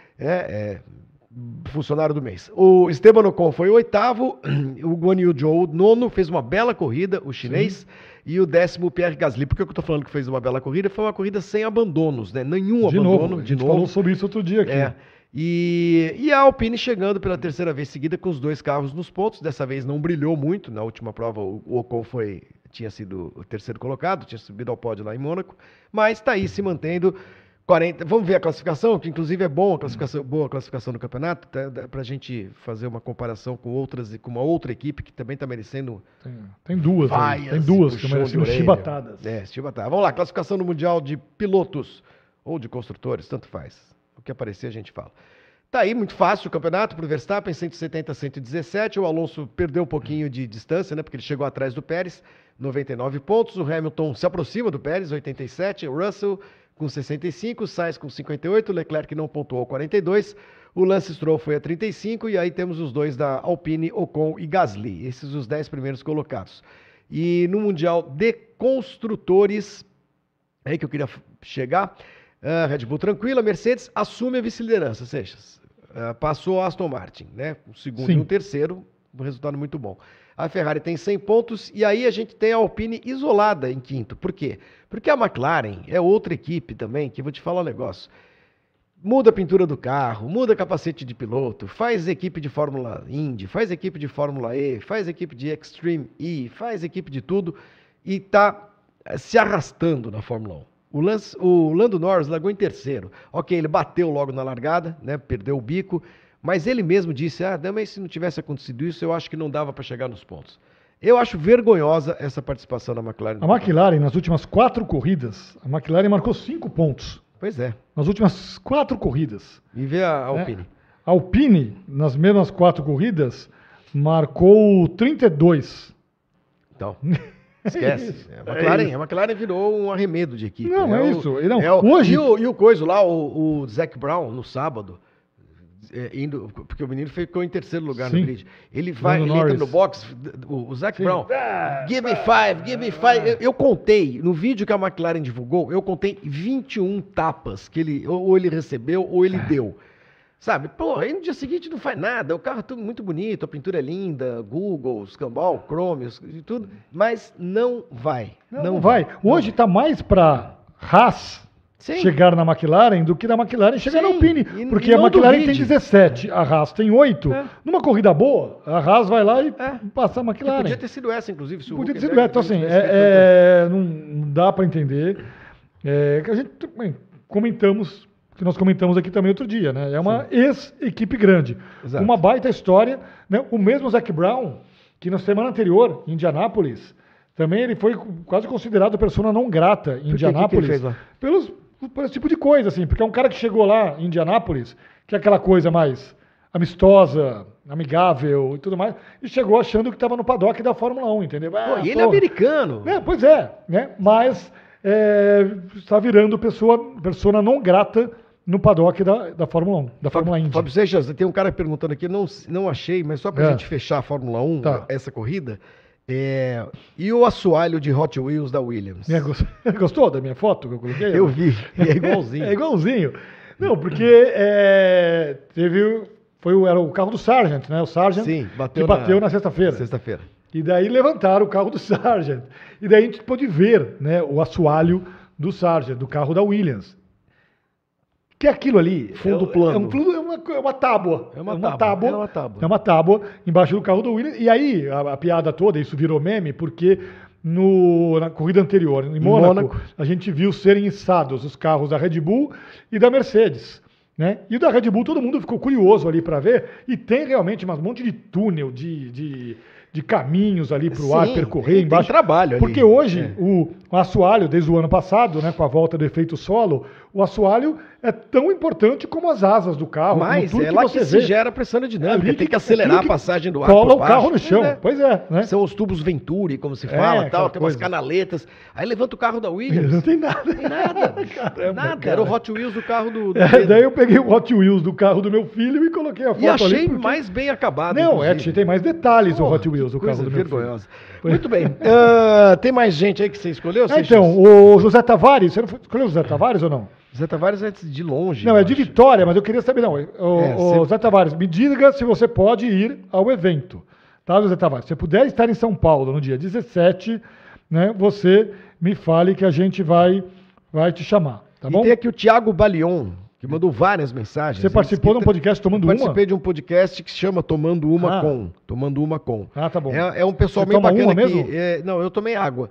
Funcionário do mês. O Esteban Ocon foi o 8º, o Guan Yu Zhou, o 9º, fez uma bela corrida, o chinês, sim. E o 10º, Pierre Gasly. Por que eu tô falando que fez uma bela corrida? Foi uma corrida sem abandonos, né? Nenhum abandono. A gente falou sobre isso outro dia aqui. E a Alpine chegando pela 3ª vez seguida com os 2 carros nos pontos. Dessa vez não brilhou muito. Na última prova o Ocon tinha sido o 3º colocado, tinha subido ao pódio lá em Mônaco, mas está aí se mantendo. 40. Vamos ver a classificação, que inclusive é boa a classificação do campeonato, para a gente fazer uma comparação com uma outra equipe que também está merecendo. Tem duas que estão merecendo chibatadas. Chibatadas. Vamos lá, classificação no Mundial de Pilotos ou de Construtores, tanto faz. O que aparecer a gente fala. Tá aí, muito fácil o campeonato para o Verstappen, 170 a 117. O Alonso perdeu um pouquinho de distância, né? Porque ele chegou atrás do Pérez, 99 pontos. O Hamilton se aproxima do Pérez, 87. O Russell com 65, o Sainz com 58, o Leclerc não pontuou 42, o Lance Stroll foi a 35, e aí temos os 2 da Alpine, Ocon e Gasly, esses os 10 primeiros colocados. E no Mundial de Construtores, é aí que eu queria chegar, Red Bull tranquila, Mercedes assume a vice-liderança, Seixas, passou a Aston Martin, né? O segundo e o terceiro, um resultado muito bom. A Ferrari tem 100 pontos e aí a gente tem a Alpine isolada em 5º. Por quê? Porque a McLaren é outra equipe também, que eu vou te falar um negócio. Muda a pintura do carro, muda capacete de piloto, faz equipe de Fórmula Indy, faz equipe de Fórmula E, faz equipe de Extreme E, faz equipe de tudo e tá se arrastando na Fórmula 1. O Lando Norris largou em 3º. Ok, ele bateu logo na largada, né? Perdeu o bico. Mas ele mesmo disse, mas se não tivesse acontecido isso, eu acho que não dava para chegar nos pontos. Eu acho vergonhosa essa participação da McLaren. A McLaren, nas últimas 4 corridas, a McLaren marcou 5 pontos. Pois é. Nas últimas 4 corridas. E vê a Alpine. A Alpine, nas mesmas 4 corridas, marcou 32. Então, esquece. A McLaren virou um arremedo de equipe. Não, é isso. Não, hoje... E o coisa lá, o Zac Brown, no sábado, porque o menino ficou em terceiro lugar no grid. Ele entra no box, o Zac Brown, give me five. Eu contei, no vídeo que a McLaren divulgou, eu contei 21 tapas que ele, ou ele recebeu ou ele deu. Sabe, pô, aí no dia seguinte não faz nada, o carro é tudo muito bonito, a pintura é linda, Google, escambau, Chrome e tudo, mas não vai. Não vai. Hoje está mais para Haas chegar na McLaren do que da McLaren chegar na Alpine, porque a McLaren tem 17, a Haas tem 8. Numa corrida boa, a Haas vai lá e passa a McLaren. Podia ter sido essa, inclusive. Se podia ter sido essa, então assim, não dá para entender. Que a gente que nós comentamos aqui também outro dia, né? É uma ex-equipe grande. Exato. Uma baita história, né? O mesmo Zac Brown, que na semana anterior, em Indianápolis, também ele foi quase considerado persona não grata em Indianápolis. Que ele fez lá? Por esse tipo de coisa, assim, porque é um cara que chegou lá em Indianápolis, que é aquela coisa mais amistosa, amigável e tudo mais, e chegou achando que estava no paddock da Fórmula 1, entendeu? E ele é americano. Pois é, né? Mas está virando persona não grata no paddock da Fórmula 1, da Fórmula Indy. Fábio Seixas, tem um cara perguntando aqui, não achei, mas só pra gente fechar a Fórmula 1, essa corrida, e o assoalho de Hot Wheels da Williams? Gostou da minha foto que eu coloquei? Eu vi, é igualzinho. É igualzinho. Não, porque era o carro do Sargent, né? O Sargent que bateu na sexta-feira. E daí levantaram o carro do Sargent. E daí a gente pôde ver, né, o assoalho do Sargent, do carro da Williams. Que é aquilo ali. Fundo plano. É uma tábua. É uma tábua embaixo do carro do Williams. E aí, a piada toda, isso virou meme, porque na corrida anterior, em Mônaco, a gente viu serem içados os carros da Red Bull e da Mercedes. Né? E o da Red Bull todo mundo ficou curioso ali para ver. E tem realmente um monte de túnel, de caminhos ali para o ar percorrer embaixo. Tem trabalho ali. Porque hoje o assoalho, desde o ano passado, né, com a volta do efeito solo, o assoalho é tão importante como as asas do carro. Mas é lá que se gera pressão aerodinâmica. Tem que acelerar a passagem do ar. Cola o carro no chão. Pois é. Né? São os tubos Venturi, como se fala, tal. Tem umas canaletas. Aí levanta o carro da Williams. Não tem nada. Caramba, nada. Era o Hot Wheels do carro do daí eu peguei o Hot Wheels do carro do meu filho e coloquei a foto ali. E achei mais bem acabado. Não, tem mais detalhes o Hot Wheels do carro do meu filho. Muito bem. Tem mais gente aí que você escolheu? Então, o José Tavares, você não escolheu o José Tavares ou não? José Tavares é de longe. Não, é de Vitória, mas eu queria saber, José Tavares, me diga se você pode ir ao evento. Tá, José Tavares? Se você puder estar em São Paulo no dia 17, né, você me fale que a gente vai te chamar, tá bom? E tem aqui o Thiago Balion, que mandou várias mensagens. Você participou de um podcast Tomando Uma? Participei de um podcast que se chama Tomando Uma Com. Tomando Uma Com. Tá bom. É um pessoal meio bacana aqui. Não, eu tomei água.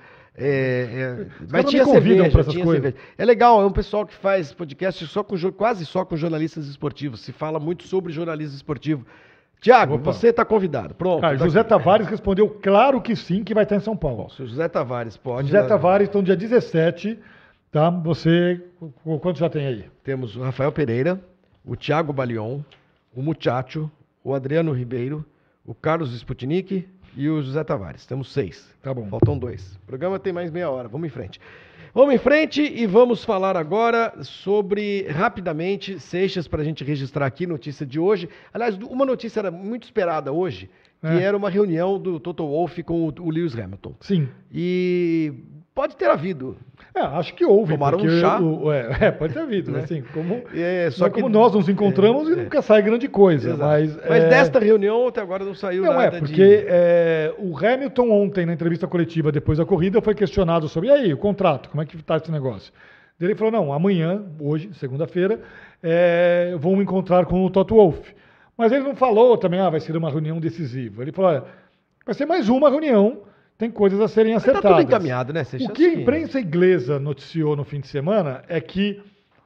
Mas tinha cerveja. É legal, é um pessoal que faz podcast quase só com jornalistas esportivos. Se fala muito sobre jornalismo esportivo. Tiago, você está convidado. Pronto. José Tavares respondeu claro que sim, que vai estar em São Paulo. Bom, se o José Tavares pode... Tavares, então dia 17, tá? Quantos já tem aí? Temos o Rafael Pereira, o Thiago Balion, o Muchacho, o Adriano Ribeiro, o Carlos Sputnik e o José Tavares. Temos 6. Tá bom. Faltam 2. O programa tem mais meia hora. Vamos em frente. Vamos em frente e vamos falar agora sobre, rapidamente, Seixas, para a gente registrar aqui, notícia de hoje. Aliás, uma notícia era muito esperada hoje, que era uma reunião do Toto Wolff com o Lewis Hamilton. Sim. E pode ter havido. Acho que houve. Tomaram um chá. Pode ter havido, né? Assim, como nós nos encontramos e nunca sai grande coisa. Mas desta reunião até agora não saiu nada porque o Hamilton ontem, na entrevista coletiva depois da corrida, foi questionado sobre, e aí, o contrato, como é que está esse negócio? Ele falou, não, amanhã, hoje, segunda-feira, vou me encontrar com o Toto Wolff. Mas ele não falou também, vai ser uma reunião decisiva. Ele falou, vai ser mais uma reunião, tem coisas a serem acertadas. Está tudo encaminhado, né? O que a imprensa inglesa noticiou no fim de semana é que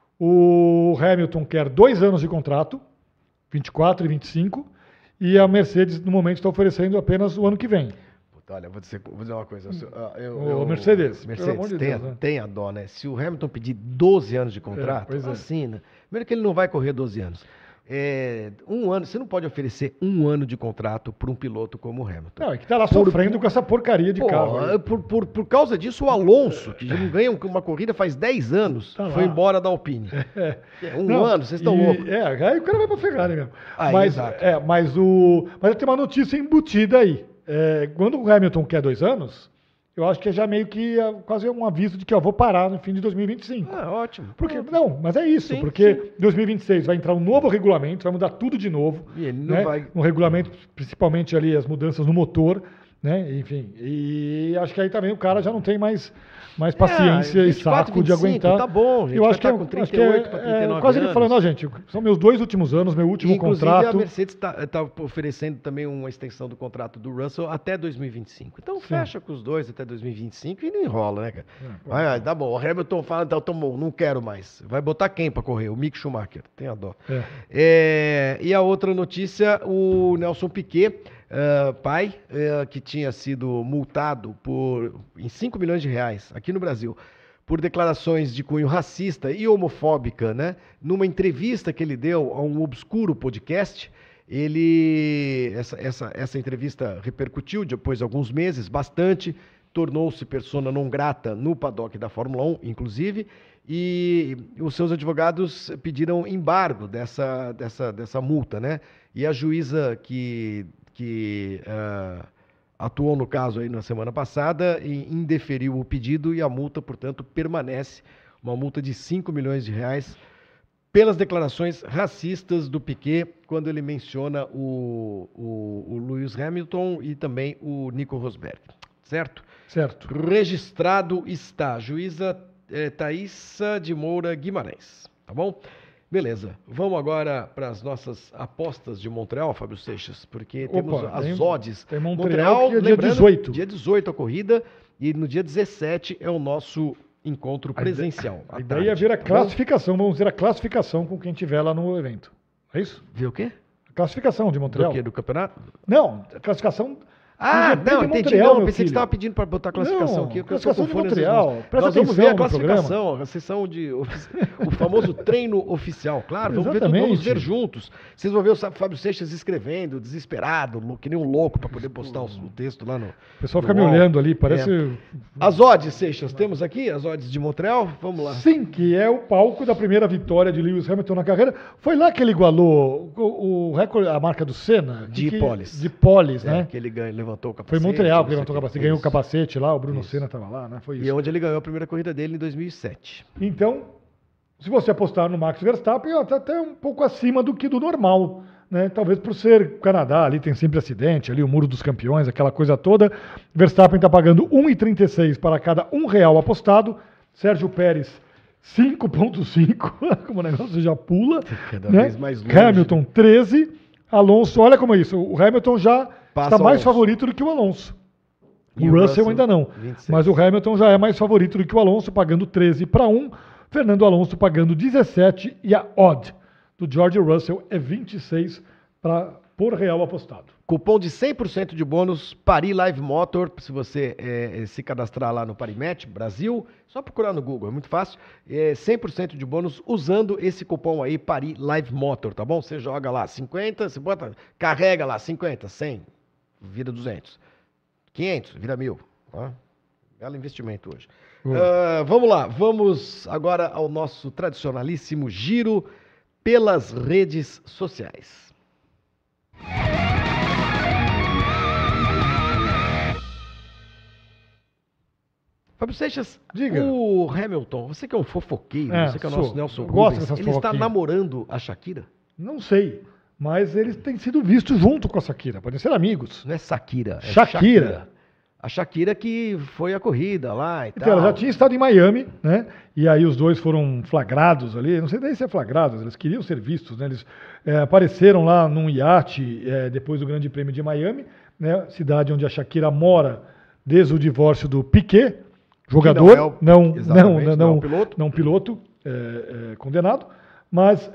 o Hamilton quer 2 anos de contrato, 24 e 25, e a Mercedes, no momento, está oferecendo apenas o ano que vem. Olha, vou dizer uma coisa. Ô, Mercedes, pelo amor de tenha, Deus, né? tenha dó, né? Se o Hamilton pedir 12 anos de contrato, pois é. assina. Primeiro que ele não vai correr 12 anos. Um ano, você não pode oferecer um ano de contrato para um piloto como o Hamilton. Não, é que tá lá sofrendo com essa porcaria de carro. aí. Por causa disso, o Alonso, que já não ganha uma corrida faz 10 anos, Tá foi lá. embora da Alpine. Não, Ano, vocês estão loucos. Aí o cara vai pra Ferrari mesmo. Aí, mas, exato. mas tem uma notícia embutida aí. Quando o Hamilton quer 2 anos, eu acho que é já meio que quase um aviso de que eu vou parar no fim de 2025. Ótimo. Porque, não, mas é isso, Sim, porque 2026 vai entrar um novo regulamento, vai mudar tudo de novo. E ele não né? vai- Um regulamento, principalmente ali as mudanças no motor, né? Enfim. E acho que aí também o cara já não tem mais paciência e 24, saco de 25, aguentar. tá bom, gente, Eu vai acho que estar com 38 para 39 quase ele anos. falando, gente, são meus 2 últimos anos, meu último Inclusive, contrato. a Mercedes está oferecendo também uma extensão do contrato do Russell até 2025. Então, fecha com os dois até 2025 e não enrola, né, cara? Tá bom, o Hamilton fala, então, não quero mais. Vai botar quem para correr? O Mick Schumacher. Tenha dó. E a outra notícia, o Nelson Piquet, pai, que tinha sido multado em 5 milhões de reais aqui no Brasil, por declarações de cunho racista e homofóbica, né? Numa entrevista que ele deu a um obscuro podcast, essa entrevista repercutiu depois de alguns meses, bastante, tornou-se persona non grata no paddock da Fórmula 1, inclusive, e os seus advogados pediram embargo dessa multa, né? E a juíza que atuou no caso aí na semana passada e indeferiu o pedido e a multa, portanto, permanece, uma multa de 5 milhões de reais pelas declarações racistas do Piquet quando ele menciona o Lewis Hamilton e também o Nico Rosberg, certo? Certo. Registrado está, juíza Thaísa de Moura Guimarães, tá bom? Beleza, vamos agora para as nossas apostas de Montreal, Fábio Seixas, porque temos as odds. Tem Montreal que é dia 18. Dia 18 a corrida e no dia 17 é o nosso encontro presencial. A ideia é ver a classificação, vamos ver a classificação com quem tiver lá no evento. É isso? Ver o quê? A classificação de Montreal. Do quê? Do campeonato? Não, a classificação... não, entendi. Montreal, Não, eu pensei que você estava pedindo para botar a classificação aqui. Classificação de Montreal. Nós vamos ver a classificação, a sessão o famoso treino oficial. Claro, vamos ver juntos. Vocês vão ver o Fábio Seixas escrevendo, desesperado, que nem um louco, para poder postar o texto lá no... O pessoal fica me olhando ali, parece... As odds, Seixas, temos aqui as odds de Montreal? Vamos lá. Sim, que é o palco da primeira vitória de Lewis Hamilton na carreira. Foi lá que ele igualou o recorde, a marca do Senna? De Polis. De Polis, né? Que ele levantou o capacete. Foi em Montreal que ele levantou o capacete, ganhou o capacete lá, o Bruno Senna estava lá, né? Foi isso. E é onde ele ganhou a primeira corrida dele em 2007. Então, se você apostar no Max Verstappen, está até um pouco acima do que do normal, né? Talvez por ser Canadá, ali tem sempre acidente, ali o Muro dos Campeões, aquela coisa toda. Verstappen está pagando 1,36 para cada R$1 apostado. Sérgio Pérez, 5,5, como o negócio já pula. Cada né? vez mais longe. Hamilton, 13. Alonso, olha como é isso, o Hamilton já está mais favorito do que o Alonso. O Russell ainda não. 26. Mas o Hamilton já é mais favorito do que o Alonso, pagando 13-1. Fernando Alonso pagando 17. E a odd do George Russell é 26 por real apostado. Cupom de 100% de bônus Paris Live Motor, se você se cadastrar lá no Parimatch Brasil, só procurar no Google, é muito fácil. 100% de bônus usando esse cupom aí, Paris Live Motor, tá bom? Você joga lá 50, você carrega lá 50, 100, vira 200. 500, vira 1.000. Tá? Belo investimento hoje. Vamos lá, vamos agora ao nosso tradicionalíssimo giro pelas redes sociais. Fábio Seixas, diga. O Hamilton, você que é um fofoqueiro, você que é o nosso Nelson Rubens, ele está namorando a Shakira? Não sei, mas eles têm sido vistos junto com a Shakira, podem ser amigos. Não é Shakira, é Shakira. A Shakira que foi a corrida lá e então, tal. Ela já tinha estado em Miami, né? E aí os dois foram flagrados ali, não sei nem se é flagrados, eles queriam ser vistos, né? Eles apareceram lá num iate depois do Grande Prêmio de Miami, né? Cidade onde a Shakira mora desde o divórcio do Piquet, jogador, não piloto condenado, mas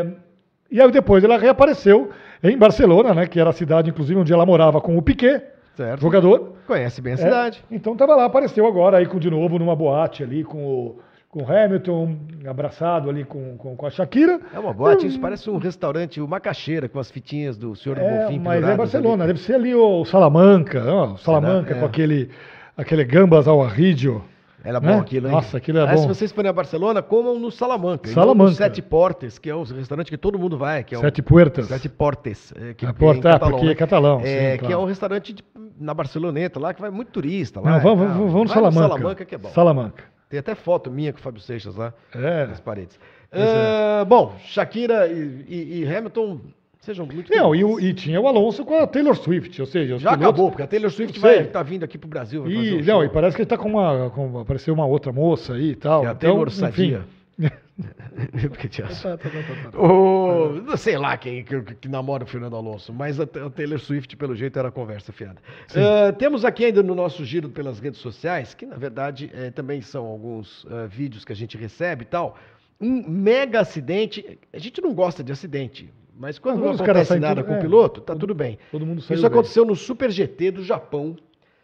e aí depois ela reapareceu em Barcelona, né? Que era a cidade, inclusive, onde ela morava com o Piquet. Certo. Jogador. Conhece bem a cidade. Então tava lá, apareceu agora aí de novo numa boate ali com o Hamilton, abraçado ali com a Shakira. É uma boate, isso parece um restaurante, uma macaxeira com as fitinhas do Senhor do Bonfim mas é penduradas Barcelona, ali. deve ser ali o Salamanca, ó, Salamanca com aquele gambas ao arrídio. Era bom aquilo, hein? Nossa, aquilo é Se bom. vocês forem a Barcelona, comam no Salamanca. Salamanca. No Sete Portes, que é o restaurante que todo mundo vai. Que é Sete Puertas. Sete Portes. Que A porta, porque é catalão. Sim, que claro. é um restaurante na Barceloneta, lá que vai muito turista. Lá, Não, vamos no vai Salamanca. No Salamanca que é bom. Salamanca. Tem até foto minha com o Fábio Seixas lá nas paredes. é. Bom, Shakira e Hamilton sejam muito Não, felizes. e tinha o Alonso com a Taylor Swift, ou seja, os Já pilotos- acabou, porque a Taylor Swift Sei. vai estar vindo aqui pro Brasil. Vai fazer um E, show. não, e parece que ele tá apareceu uma outra moça aí e tal. Que é a então, Taylor enfim. Sadia. Porque tinha- Tá. Não sei lá quem que namora o Fernando Alonso, mas a Taylor Swift, pelo jeito, era conversa fiada. Temos aqui ainda no nosso giro pelas redes sociais, que na verdade também são alguns vídeos que a gente recebe e tal, um mega acidente. A gente não gosta de acidente, mas quando não Alguns caras acontece saem nada tudo- com o piloto, tá tudo bem. Todo mundo saiu Isso bem. aconteceu no Super GT do Japão.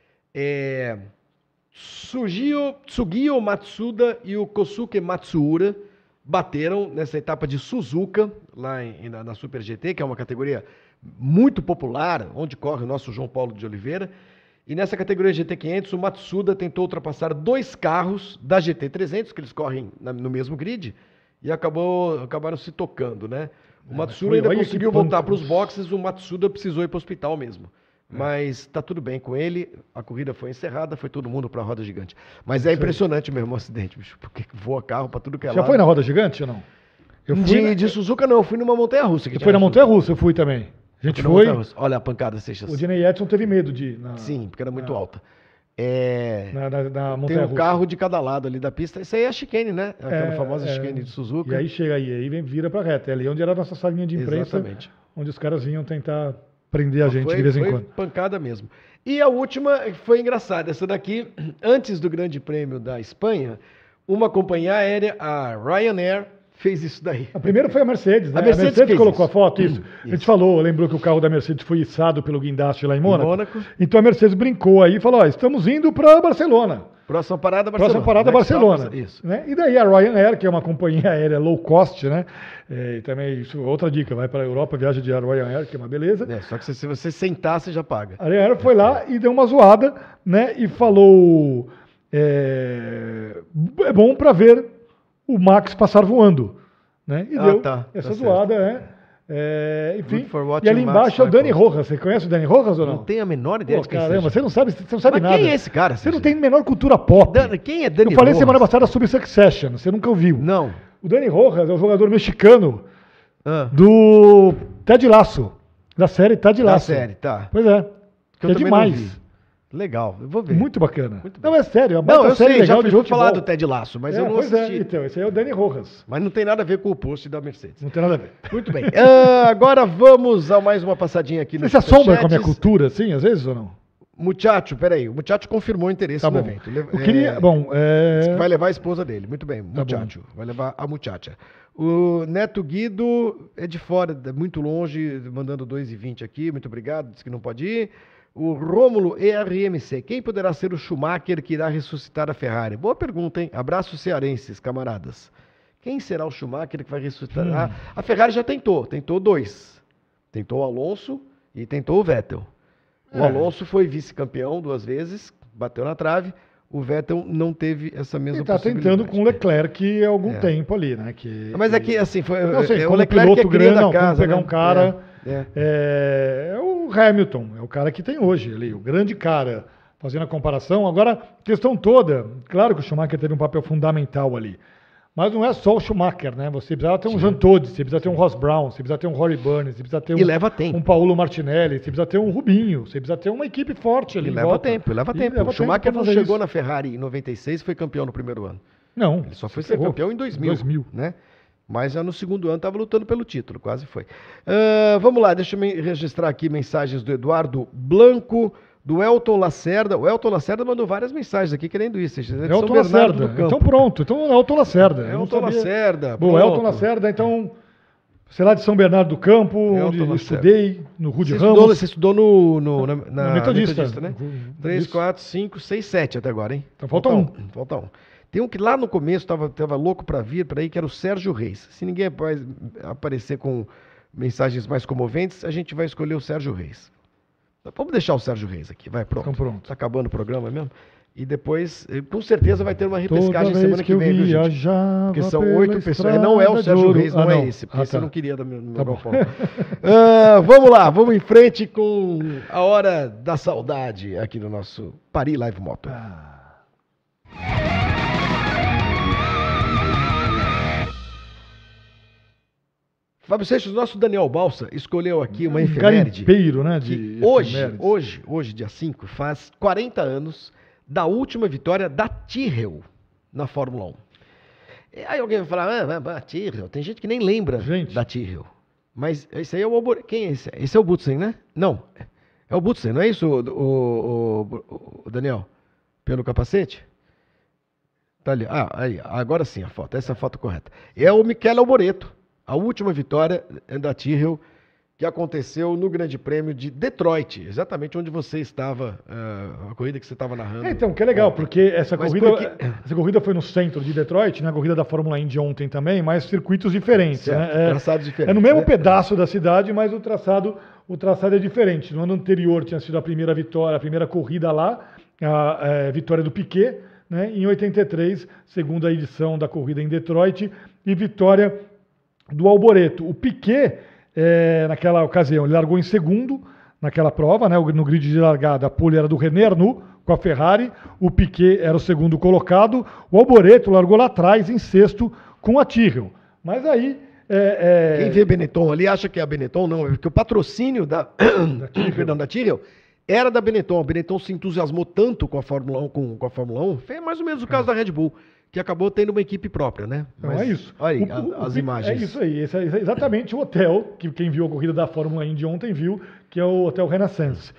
Tsugio Matsuda e o Kosuke Matsuura bateram nessa etapa de Suzuka, lá na Super GT, que é uma categoria muito popular, onde corre o nosso João Paulo de Oliveira. E nessa categoria GT500, o Matsuda tentou ultrapassar 2 carros da GT300, que eles correm no mesmo grid, e acabaram se tocando, né? O Matsuda ainda olha que conseguiu voltar ponto. para os boxes, o Matsuda precisou ir para o hospital mesmo. Mas tá tudo bem com ele, a corrida foi encerrada, foi todo mundo pra roda gigante. Mas é impressionante mesmo o acidente, bicho, porque voa carro pra tudo que é Já lado. foi na roda gigante ou não? Eu fui De Suzuka não, eu fui numa montanha-russa. Eu fui na montanha-russa, eu fui também. A gente na foi. montanha-russa. Olha a pancada, Seixas. O Diney Edson teve medo de ir Sim, porque era muito alta. na Tem montanha-russa. um carro de cada lado ali da pista. Isso aí é a chicane, né? Aquela famosa chicane de Suzuka. E aí chega aí vira pra reta. É ali onde era a nossa salinha de imprensa, Exatamente. onde os caras vinham tentar prender a gente de vez em foi quando. pancada mesmo. E a última foi engraçada. Essa daqui, antes do Grande Prêmio da Espanha, uma companhia aérea, a Ryanair, fez isso daí. A primeira foi a Mercedes, né? A Mercedes fez colocou isso. a foto, isso. A gente falou, lembrou que o carro da Mercedes foi içado pelo guindaste lá em Mônaco. Mônaco. Então a Mercedes brincou aí e falou, ó, estamos indo para Barcelona. Próxima parada, Barcelona. Próxima parada, Next Barcelona. stop, Isso. Né? E daí a Ryanair, que é uma companhia aérea low cost, né? E também, isso, outra dica, vai para a Europa, viaja de Ryanair, que é uma beleza. Só que se você sentar, você já paga. A Ryanair foi lá e deu uma zoada, né? E falou, é bom para ver o Max passar voando. Né? E deu essa zoada, né? Enfim, Good for watching e ali Max embaixo é o Dani Michaels. Rojas. Você conhece o Dani Rojas ou não? Não tenho a menor ideia Pô, de quem caramba, seja. você não sabe Mas nada. quem é esse cara? Você não tem a menor cultura pop. Quem é Dani Eu falei Rojas? semana passada sobre Succession, você nunca ouviu. Não. O Dani Rojas é um jogador mexicano Ah, do Ted Lasso, da série Ted da Lasso. série, tá. Pois é. Que eu é também não demais. vi. Legal, eu vou ver. Muito bacana. Muito bem. Não, é sério, é uma Não, baita eu série sei, já legal de fui futebol. falar do Ted Lasso, mas eu não pois assisti. então, esse aí é o Dani Rojas. Mas não tem nada a ver com o post da Mercedes. Não tem nada a ver. Muito bem. Agora vamos a mais uma passadinha aqui no Você se assombra com a minha Superchats. cultura, assim, às vezes ou não? Muchacho, peraí. O Muchacho confirmou o interesse Tá no bom. evento. Eu queria. Bom, Diz que vai levar a esposa dele. Muito bem, Tá Muchacho. Vai levar a Muchacha. O Neto Guido é de fora, muito longe, mandando 2,20 aqui. Muito obrigado. Diz que não pode ir. O Rômulo ERMC. Quem poderá ser o Schumacher que irá ressuscitar a Ferrari? Boa pergunta, hein? Abraços cearenses, camaradas. Quem será o Schumacher que vai ressuscitar? A Ferrari já tentou 2. Tentou o Alonso e tentou o Vettel. O Alonso foi vice-campeão 2 vezes, bateu na trave. O Vettel não teve essa mesma Ele está possibilidade. tentando com o Leclerc há algum tempo ali, né? Mas é que, assim, foi Não sei, o como Leclerc piloto é cria grande, da não, como casa, pegar né? um cara... É. É o Hamilton, é o cara que tem hoje ali, o grande cara, fazendo a comparação. Agora, a questão toda, claro que o Schumacher teve um papel fundamental ali, mas não é só o Schumacher, né? Você precisa ter um Jean Todt, você precisa ter um Ross Brown, você precisa ter um Rory Burns, você precisa ter E leva tempo. um Paulo Martinelli, você precisa ter um Rubinho, você precisa ter uma equipe forte ali. E em leva volta. tempo, leva E tempo. O Schumacher pra não fazer chegou isso. na Ferrari em 96 e foi campeão no primeiro ano. Não, Ele só foi ser ferrou. campeão em 2000. 2000. Né? Mas já no segundo ano estava lutando pelo título, quase foi. Vamos lá, deixa eu registrar aqui mensagens do Eduardo Blanco, do Elton Lacerda. O Elton Lacerda mandou várias mensagens aqui querendo isso. É de São Elton Bernardo Lacerda. do Campo. Então pronto, então é Elton Lacerda. Eu não Elton sabia. Lacerda. Bom, pronto. Elton Lacerda, então Você é lá de São Bernardo do Campo, Eu onde tô na eu estudei, no Rude Você Ramos. estudou na Metodista, né? Isso. 3, 4, 5, 6, 7 até agora, hein? Então falta um. Falta um. Tem um que lá no começo tava louco para vir para aí, que era o Sérgio Reis. Se ninguém vai aparecer com mensagens mais comoventes, a gente vai escolher o Sérgio Reis. Vamos deixar o Sérgio Reis aqui, vai, pronto. Então pronto. Tá acabando o programa mesmo. E depois, com certeza, vai ter uma Toda repescagem vez semana que vem, viu, gente? viajava Porque são pela 8 pessoas. estrada Não é o de Sérgio ouro. Reis, não é esse, porque tá. você não queria no meu Tá bom. galpão. Vamos lá, vamos em frente com a hora da saudade aqui no nosso Paris Live Moto. Fábio Seixas, nosso Daniel Balsa escolheu aqui uma efeméride. Garimpeiro, né? Que De hoje, dia 5, faz 40 anos da última vitória da Tyrrell na Fórmula 1. E aí alguém vai falar, Tyrrell, tem gente que nem lembra da Tyrrell. Mas esse aí é o Alboreto. Quem é esse? Esse é o Butsen, né? Não, é o Butsen, não é isso, o Daniel? Pelo capacete? Tá ali. Aí, agora sim a foto, essa é a foto correta. É o Michele Alboreto. A última vitória da Tyrrell, que aconteceu no Grande Prêmio de Detroit, exatamente onde você estava, a corrida que você estava narrando. Então, que é legal, porque essa corrida foi no centro de Detroit, na corrida da Fórmula Indy ontem também, mas circuitos diferentes. Certo, né? traçados diferentes. É no mesmo né? pedaço da cidade, mas o traçado é diferente. No ano anterior tinha sido a primeira vitória, a primeira corrida lá, a vitória do Piquet, né? Em 83, segunda edição da corrida em Detroit, e vitória do Alboreto. O Piquet, naquela ocasião, ele largou em segundo naquela prova, né? No grid de largada, a pole era do René Arnoux com a Ferrari, o Piquet era o segundo colocado, o Alboreto largou lá atrás em sexto com a Tyrrell. Mas aí... Quem vê Benetton ali acha que é a Benetton, não, é porque o patrocínio da Tyrrell era da Benetton. A Benetton se entusiasmou tanto com a Fórmula 1, com a Fórmula 1, foi mais ou menos o caso da Red Bull, que acabou tendo uma equipe própria, né? Então é isso. Olha aí, as imagens. É isso aí. Esse é exatamente o hotel que quem viu a corrida da Fórmula Indy ontem viu, que é o Hotel Renaissance.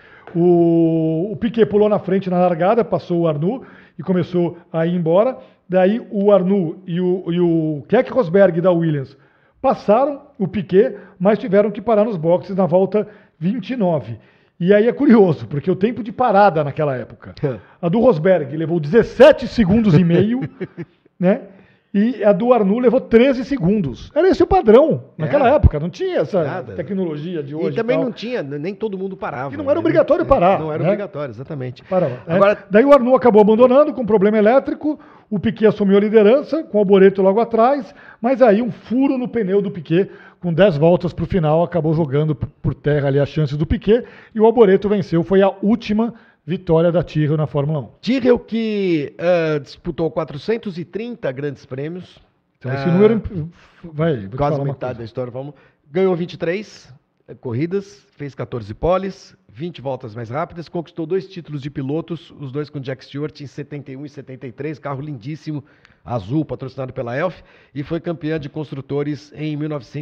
O Piquet pulou na frente na largada, passou o Arnoux e começou a ir embora. Daí o Arnoux e o Keck Rosberg da Williams passaram o Piquet, mas tiveram que parar nos boxes na volta 29. E aí é curioso, porque o tempo de parada naquela época, a do Rosberg levou 17 segundos e meio, né? E a do Arnoux levou 13 segundos. Era esse o padrão naquela época, não tinha essa tecnologia de hoje. E também não tinha, nem todo mundo parava. E não era obrigatório parar. Não era obrigatório, exatamente. Parava. Agora, daí o Arnoux acabou abandonando com problema elétrico, o Piquet assumiu a liderança, com o Alboreto logo atrás, mas aí um furo no pneu do Piquet, com 10 voltas para o final, acabou jogando por terra ali as chances do Piquet, e o Alboreto venceu, foi a última vitória da Tyrrell na Fórmula 1. Tyrrell que disputou 430 grandes prêmios. Então esse número vai quase metade da história. Ganhou 23 corridas, fez 14 poles, 20 voltas mais rápidas, conquistou 2 títulos de pilotos, os dois com Jack Stewart em 71 e 73, carro lindíssimo, azul, patrocinado pela Elf, e foi campeã de construtores em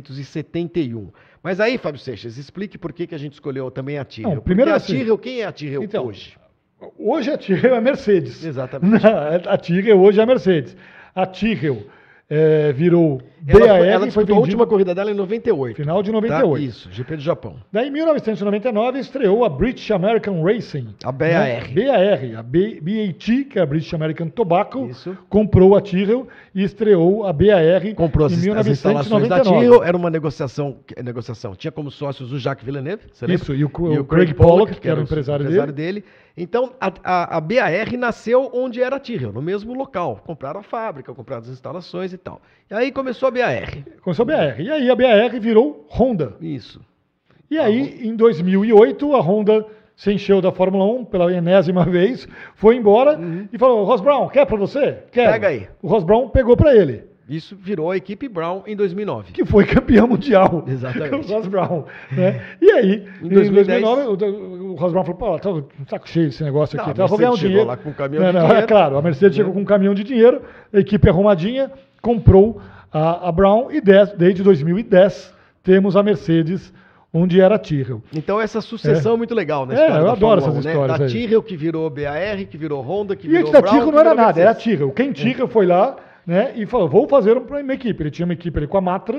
1971. Mas aí, Fábio Seixas, explique por que a gente escolheu também a Tyrrell. Não, primeiro a Tyrrell, quem é a Tyrrell hoje? Hoje a Tyrrell é a Mercedes. Exatamente. A Tyrrell hoje é a Mercedes. A Tyrrell virou BAR. Ela disputou a última corrida dela em 98. Final de 98. Tá? Isso, GP do Japão. Daí, em 1999, estreou a British American Racing. A BAR. Né? BAR. A BAT, que é a British American Tobacco, comprou a Tyrrell e estreou a BAR comprou em 1999. As instalações da Tyrrell. Era uma negociação. Tinha como sócios o Jacques Villeneuve, isso, e o Craig Pollock, que era o empresário dele. Então, a BAR nasceu onde era a Tyrrell, no mesmo local. Compraram a fábrica, compraram as instalações e tal. E aí começou a BAR. E aí a BAR virou Honda. Isso. E aí, em 2008, a Honda se encheu da Fórmula 1 pela enésima vez, foi embora e falou, Ross Brown, quer pra você? Quero. Pega aí. O Ross Brown pegou pra ele. Isso virou a equipe Brown em 2009. Que foi campeão mundial. Exatamente. O Ross Brown. Né? E aí, em 2009, o Ross Brown falou, pô, tá um saco cheio esse negócio aqui. Vou ganhar um dinheiro. Lá com um caminhão de dinheiro. É claro, a Mercedes chegou com um caminhão de dinheiro, a equipe arrumadinha, comprou a Brown e desde 2010 temos a Mercedes onde era a Tyrrell. Então essa sucessão é muito legal na história eu adoro essas 1, histórias. Da Tyrrell que virou BAR, que virou Honda, que e virou Brown. E antes da Tyrrell não era nada, era a Tyrrell. Quem Tyrrell foi lá, né, e falou, vou fazer uma equipe. Ele tinha uma equipe ali com a Matra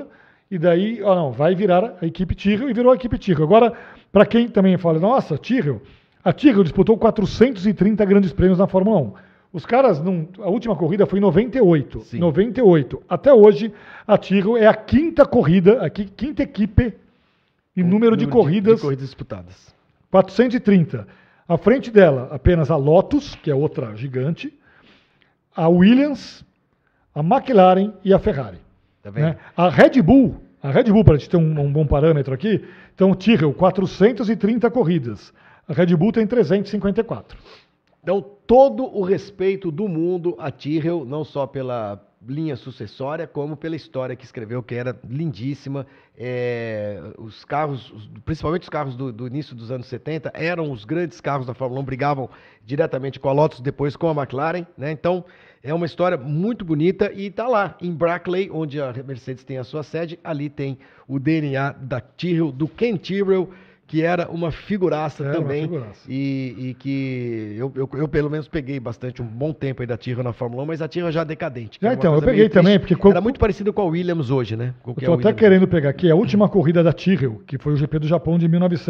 e daí, não, vai virar a equipe Tyrrell, e virou a equipe Tyrrell. Agora, para quem também fala, nossa, Tyrrell, a Tyrrell disputou 430 grandes prêmios na Fórmula 1. Os caras, a última corrida foi em 98. Sim. 98. Até hoje, a Tyrrell é a quinta corrida, a quinta equipe em número de corridas. De corridas disputadas. 430. À frente dela, apenas a Lotus, que é outra gigante, a Williams, a McLaren e a Ferrari. Tá vendo? Né? A Red Bull, para a gente ter um bom parâmetro aqui, então Tyrrell, 430 corridas. A Red Bull tem 354. Então, todo o respeito do mundo a Tyrrell, não só pela linha sucessória, como pela história que escreveu, que era lindíssima. Os carros, principalmente os carros do início dos anos 70, eram os grandes carros da Fórmula 1, brigavam diretamente com a Lotus, depois com a McLaren, né? Então, é uma história muito bonita e está lá, em Brackley, onde a Mercedes tem a sua sede, ali tem o DNA da Tyrrell, do Ken Tyrrell, que era uma figuraça também, uma figuraça. E que eu pelo menos peguei bastante, um bom tempo aí da Tyrrell na Fórmula 1, mas a Tyrrell já decadente. Então, eu peguei também, porque... Era muito parecido com a Williams hoje, né? Eu estou até querendo pegar aqui a última corrida da Tyrrell, que foi o GP do Japão de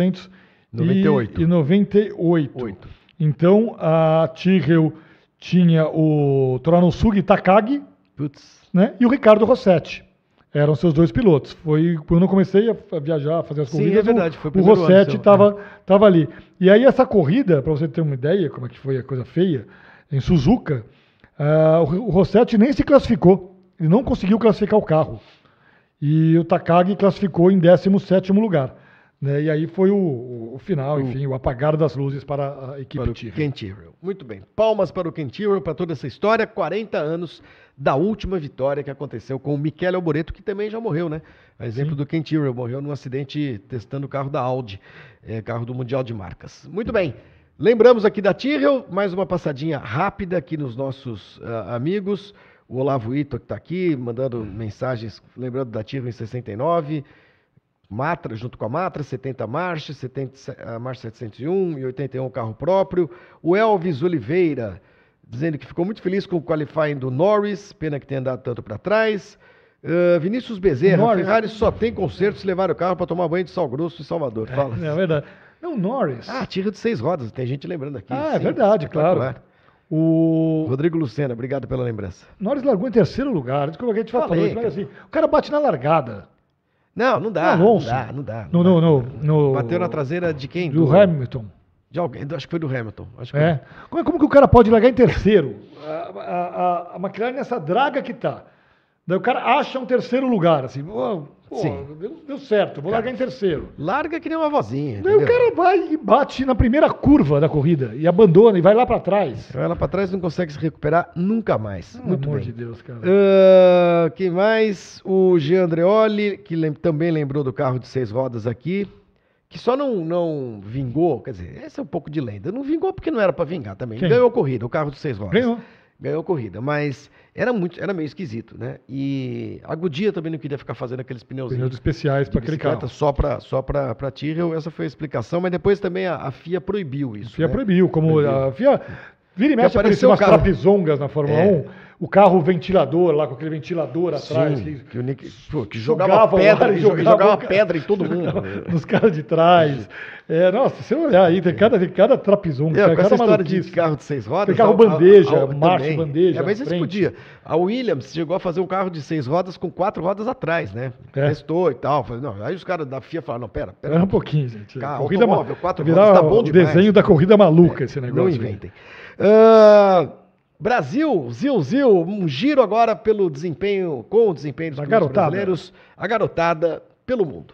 1998. Então, a Tyrrell tinha o Toranosuke Takagi, né, e o Ricardo Rossetti. Eram seus dois pilotos. Foi quando eu comecei a viajar, a fazer as corridas. Sim, é verdade. Foi o Rossetti estava ali. E aí essa corrida, para você ter uma ideia como é que foi a coisa feia, em Suzuka, o Rossetti nem se classificou. Ele não conseguiu classificar o carro. E o Takagi classificou em 17º lugar. Né? E aí foi o final, enfim, o apagar das luzes para a equipe Tyrrell. Ken Tyrrell. Muito bem. Palmas para o Ken Tyrrell, para toda essa história. 40 anos da última vitória que aconteceu com o Michele Alboreto, que também já morreu, né? A exemplo do Ken Tyrrell, morreu num acidente testando o carro da Audi, carro do Mundial de Marcas. Muito bem. Lembramos aqui da Tyrrell, mais uma passadinha rápida aqui nos nossos amigos. O Olavo Ito que está aqui, mandando mensagens, lembrando da Tyrrell em 69, Matra, junto com a Matra, 70 March, 70 March 701 e 81 carro próprio. O Elvis Oliveira, dizendo que ficou muito feliz com o qualifying do Norris, pena que tenha andado tanto para trás. Vinícius Bezerra, a Ferrari só tem conserto se levar o carro para tomar banho de sal grosso em Salvador. Fala. É verdade. Não, Norris. Tyrrell de 6 rodas, tem gente lembrando aqui. É verdade, claro. O Rodrigo Lucena, obrigado pela lembrança. Norris largou em 3º lugar, desculpa que a gente vai falando, mas assim, o cara bate na largada. Não dá. Alonso. Não dá. No Bateu na traseira de quem? Do Hamilton. De alguém, acho que foi do Hamilton. Como que o cara pode largar em 3º? A McLaren nessa draga que tá. Daí o cara acha um 3º lugar, assim, deu certo, vou largar em 3º. Larga que nem uma vozinha. Daí o cara vai e bate na primeira curva da corrida e abandona e vai lá para trás. Vai lá para trás e não consegue se recuperar nunca mais. Pelo amor de Deus, cara. Quem mais? O Jean Andreoli, que também lembrou do carro de 6 rodas aqui, que só não vingou, quer dizer, esse é um pouco de lenda. Não vingou porque não era para vingar também. Quem? Ganhou a corrida, o carro de 6 rodas. Ganhou a corrida, mas era meio esquisito, né? E a Goodyear também não queria ficar fazendo aqueles pneus especiais para aquele carro. Só para Tyrrell, essa foi a explicação, mas depois também a FIA proibiu isso. A FIA proibiu, a FIA vira e mexe apareceu umas trapizongas na Fórmula 1, o carro ventilador lá, com aquele ventilador atrás. Que jogava pedra em todo mundo. Nos caras de trás. Nossa, se você olhar aí, tem cada trapizonga. Com essa história de carro de 6 rodas. Tem carro bandeja, marcha bandeja. Mas isso podia. A Williams chegou a fazer um carro de 6 rodas com 4 rodas atrás, né? Testou e tal. Aí os caras da FIA falaram, não, pera um pouquinho, gente. Corrida móvel, 4 rodas tá bom demais. O desenho da corrida maluca esse negócio. Não inventem. Brasil, Zil, um giro agora com o desempenho dos brasileiros, a garotada pelo mundo.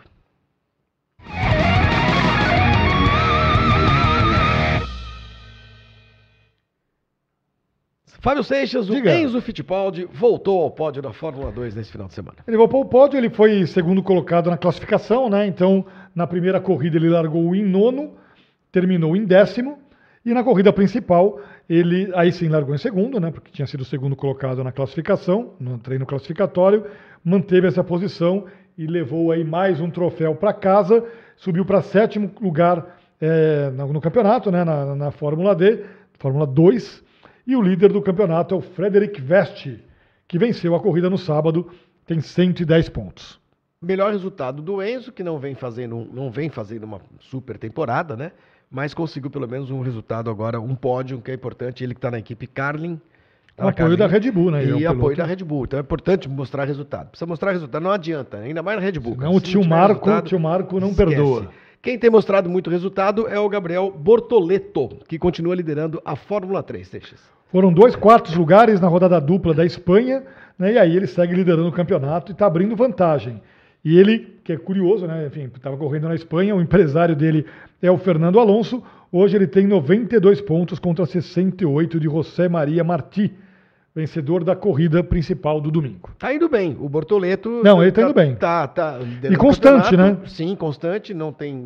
Fábio Seixas, o Enzo Fittipaldi voltou ao pódio da Fórmula 2 nesse final de semana. Ele voltou ao pódio, ele foi segundo colocado na classificação, né? Então, na primeira corrida ele largou em 9º, terminou em 10º. E na corrida principal, ele aí sim largou em 2º, né, porque tinha sido o segundo colocado na classificação, no treino classificatório, manteve essa posição e levou aí mais um troféu para casa, subiu para 7º lugar no campeonato, né, na Fórmula D, Fórmula 2, e o líder do campeonato é o Frederic Vesti, que venceu a corrida no sábado, tem 110 pontos. Melhor resultado do Enzo, que não vem fazendo uma super temporada, né? Mas conseguiu pelo menos um resultado agora, um pódio, que é importante. Ele que está na equipe Carlin. Com apoio da Red Bull, né? E apoio da Red Bull. Então é importante mostrar resultado. Precisa mostrar resultado, não adianta, ainda mais na Red Bull. Não, o tio Marco não perdoa. Quem tem mostrado muito resultado é o Gabriel Bortoleto, que continua liderando a Fórmula 3, Seixas. Foram 2 quartos lugares na rodada dupla da Espanha, né? E aí ele segue liderando o campeonato e está abrindo vantagem. E ele, que é curioso, né? Enfim, estava correndo na Espanha, o empresário dele é o Fernando Alonso. Hoje ele tem 92 pontos contra 68 de José Maria Martí, vencedor da corrida principal do domingo. Tá indo bem, o Bortoleto... Não, ele tá indo bem. Tá e constante, né? Sim, constante, não tem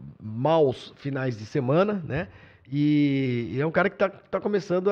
maus finais de semana, né? E é um cara que tá começando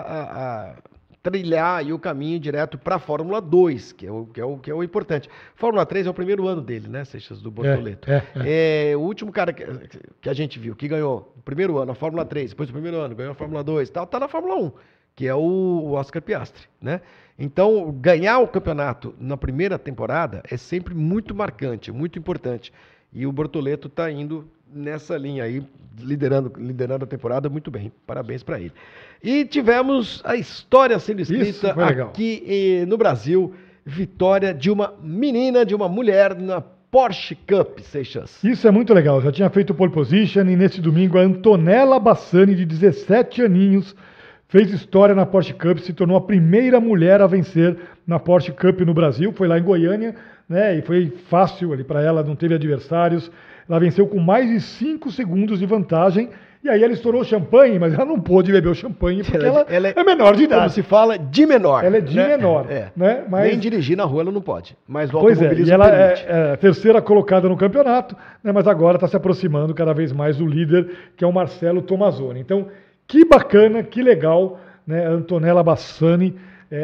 a trilhar aí o caminho direto para a Fórmula 2, que é o importante. Fórmula 3 é o primeiro ano dele, né, Seixas, do Bortoleto. O último cara que a gente viu, que ganhou o primeiro ano a Fórmula 3, depois do primeiro ano ganhou a Fórmula 2 e tal, tá na Fórmula 1, que é o Oscar Piastri, né? Então, ganhar o campeonato na primeira temporada é sempre muito marcante, muito importante. E o Bortoleto tá indo nessa linha aí, liderando a temporada muito bem. Parabéns para ele. E tivemos a história sendo escrita aqui no Brasil. Vitória de uma menina, de uma mulher na Porsche Cup, Seixas. Isso é muito legal. Já tinha feito pole position e nesse domingo a Antonella Bassani, de 17 aninhos, fez história na Porsche Cup, se tornou a primeira mulher a vencer na Porsche Cup no Brasil. Foi lá em Goiânia, né? E foi fácil ali para ela, não teve adversários. Ela venceu com mais de 5 segundos de vantagem. E aí ela estourou o champanhe, mas ela não pôde beber o champanhe porque ela é menor de idade. Como se fala, de menor. Ela é de menor. Né? Mas... Nem dirigir na rua ela não pode. Mas o automobilismo e ela é a terceira colocada no campeonato, né? Mas agora está se aproximando cada vez mais do líder, que é o Marcelo Tomazoni. Então, que bacana, que legal, né? A Antonella Bassani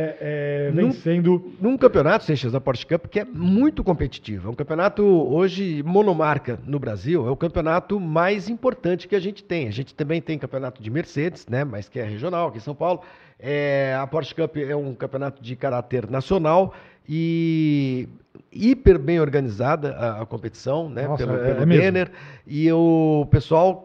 vencendo... Num campeonato, Seixas, da Porsche Cup, que é muito competitivo. É um campeonato, hoje, monomarca no Brasil. É o campeonato mais importante que a gente tem. A gente também tem campeonato de Mercedes, né? Mas que é regional, aqui em São Paulo. A Porsche Cup é um campeonato de caráter nacional e hiper bem organizada a competição, né? Nossa, pelo Denner. E o pessoal...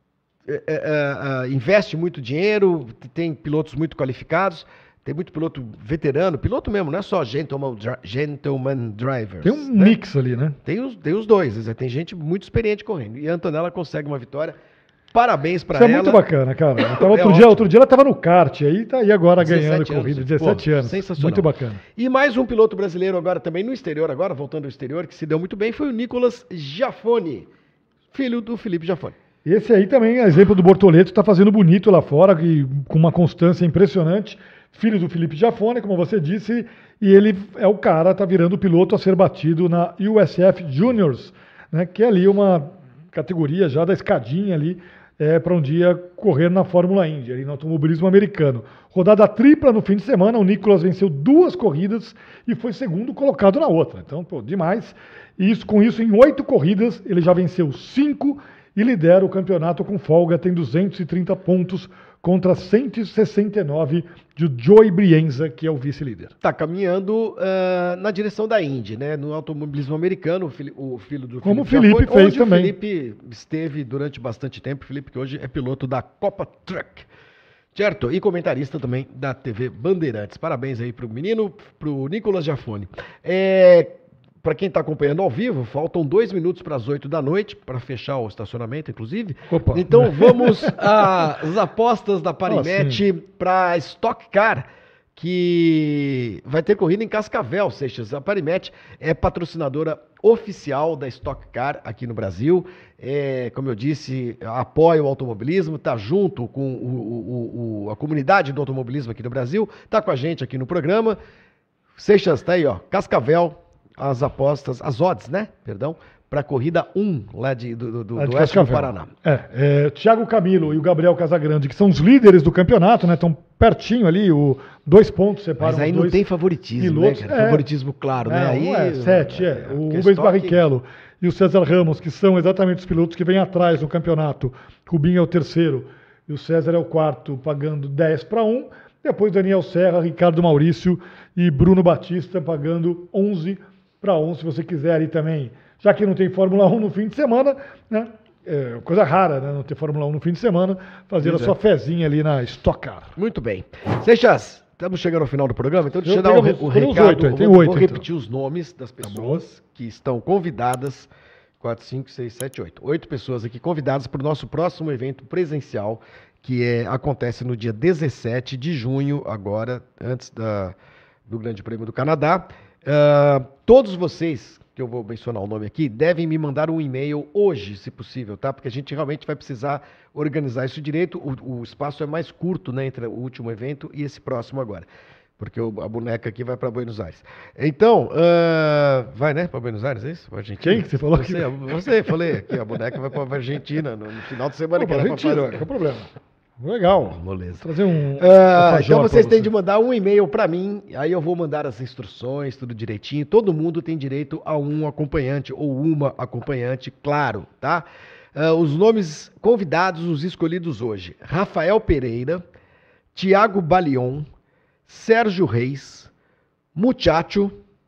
investe muito dinheiro, tem pilotos muito qualificados, tem muito piloto veterano, piloto mesmo, não é só gentleman drivers. Tem um mix ali, né? Tem os dois, tem gente muito experiente correndo. E a Antonella consegue uma vitória. Parabéns para ela. Isso é muito bacana, cara. Outro dia ela estava no kart, aí tá aí agora ganhando corrida, 17 anos. Sensacional. Muito bacana. E mais um piloto brasileiro agora também no exterior, agora voltando ao exterior, que se deu muito bem, foi o Nicolas Giafone, filho do Felipe Giafone. Esse aí também, exemplo do Bortoleto, está fazendo bonito lá fora, com uma constância impressionante. Filho do Felipe Giafone, como você disse, e ele é o cara, está virando o piloto a ser batido na USF Juniors, né, que é ali uma categoria já da escadinha ali, para um dia correr na Fórmula Indy, ali no automobilismo americano. Rodada tripla no fim de semana, o Nicolas venceu 2 corridas e foi segundo colocado na outra. Então, demais. E com isso, em 8 corridas, ele já venceu 5 e lidera o campeonato com folga, tem 230 pontos contra 169 de Joey Brienza, que é o vice-líder. Está caminhando na direção da Indy, né? No automobilismo americano, o filho do Como Felipe, Felipe fez também. O Felipe esteve durante bastante tempo, o Felipe que hoje é piloto da Copa Truck, certo? E comentarista também da TV Bandeirantes. Parabéns aí pro menino, pro Nicolas Giafone. Para quem está acompanhando ao vivo, faltam 2 minutos para as 8 da noite, para fechar o estacionamento, inclusive. Opa. Então vamos às apostas da Parimatch para Stock Car, que vai ter corrida em Cascavel, Seixas. A Parimatch é patrocinadora oficial da Stock Car aqui no Brasil. Como eu disse, apoia o automobilismo, está junto com a comunidade do automobilismo aqui no Brasil, está com a gente aqui no programa. Seixas, está aí, ó, Cascavel. As apostas, as odds, né? Perdão, para a corrida 1 lá do oeste do Paraná. Thiago Camilo e o Gabriel Casagrande, que são os líderes do campeonato, né? Estão pertinho ali, 2 pontos separam. Mas aí não tem favoritismo, pilotos, né, cara? Favoritismo claro, né? Aí, 7, O Rubens Barrichello e o César Ramos, que são exatamente os pilotos que vêm atrás no campeonato. Rubinho é o terceiro e o César é o quarto, pagando 10-1. Depois Daniel Serra, Ricardo Maurício e Bruno Batista pagando 11-1. para um, se você quiser ali também, já que não tem Fórmula 1 no fim de semana, né? É coisa rara, né? Não ter Fórmula 1 no fim de semana, fazer a sua fezinha ali na Stock Car. Muito bem. Seixas, estamos chegando ao final do programa, então deixa eu dar o recado. Vou repetir os nomes das pessoas que estão convidadas. 4, 5, 6, 7, 8. 8 pessoas aqui convidadas para o nosso próximo evento presencial, que acontece no dia 17 de junho, agora, antes do Grande Prêmio do Canadá. Todos vocês, que eu vou mencionar o nome aqui, devem me mandar um e-mail hoje, se possível, tá? Porque a gente realmente vai precisar organizar isso direito. O espaço é mais curto, né, entre o último evento e esse próximo agora. Porque a boneca aqui vai para Buenos Aires. Então, vai, né, para Buenos Aires, é isso? Pra Argentina? Quem que você falou aqui? Você, falei que a boneca vai para a Argentina no final de semana. Para Argentina, qual é o problema? Legal. Moleza. Trazer um então vocês têm de mandar um e-mail para mim, aí eu vou mandar as instruções, tudo direitinho. Todo mundo tem direito a um acompanhante ou uma acompanhante, claro, tá? Os nomes convidados, os escolhidos hoje: Rafael Pereira, Tiago Balion, Sérgio Reis, Muchacho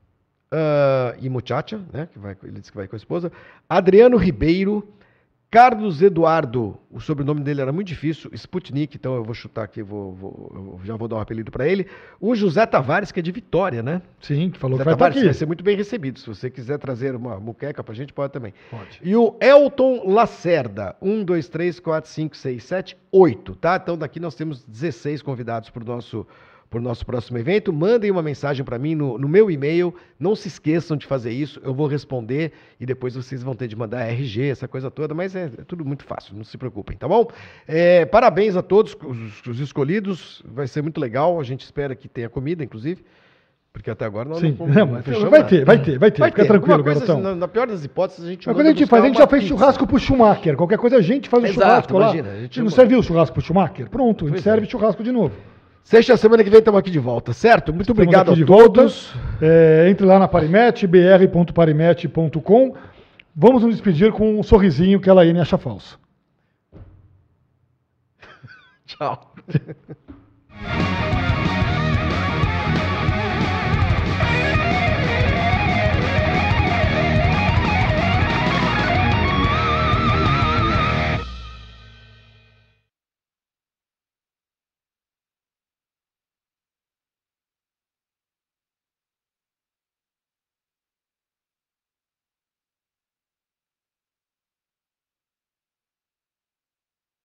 e Muchacha, né? Ele disse que vai com a esposa, Adriano Ribeiro, Carlos Eduardo, o sobrenome dele era muito difícil, Sputnik, então eu vou chutar aqui, eu já vou dar um apelido para ele. O José Tavares, que é de Vitória, né? Sim, que falou José que vai Tavares estar aqui. vai ser muito bem recebido. Se você quiser trazer uma muqueca pra gente, pode também. Pode. E o Elton Lacerda, 1, 2, 3, 4, 5, 6, 7, 8, tá? Então daqui nós temos 16 convidados para o nosso próximo evento. Mandem uma mensagem para mim no meu e-mail. Não se esqueçam de fazer isso. Eu vou responder e depois vocês vão ter de mandar RG, essa coisa toda, mas é tudo muito fácil, não se preocupem, tá bom? Parabéns a todos os escolhidos. Vai ser muito legal. A gente espera que tenha comida, inclusive. Porque até agora nós não fechamos nada. Vai ter. Fica tranquilo, garotão. Na pior das hipóteses, a gente Mas quando a gente faz, a gente já fez churrasco pro Schumacher. Qualquer coisa a gente faz o churrasco lá. Imagina, a gente não serviu o churrasco pro Schumacher? Pronto, a gente serve churrasco de novo. Sexta semana que vem estamos aqui de volta, certo? Muito obrigado a todos. Entre lá na Parimet, br.parimet.com. Vamos nos despedir com um sorrisinho que a Laine acha falso. Tchau.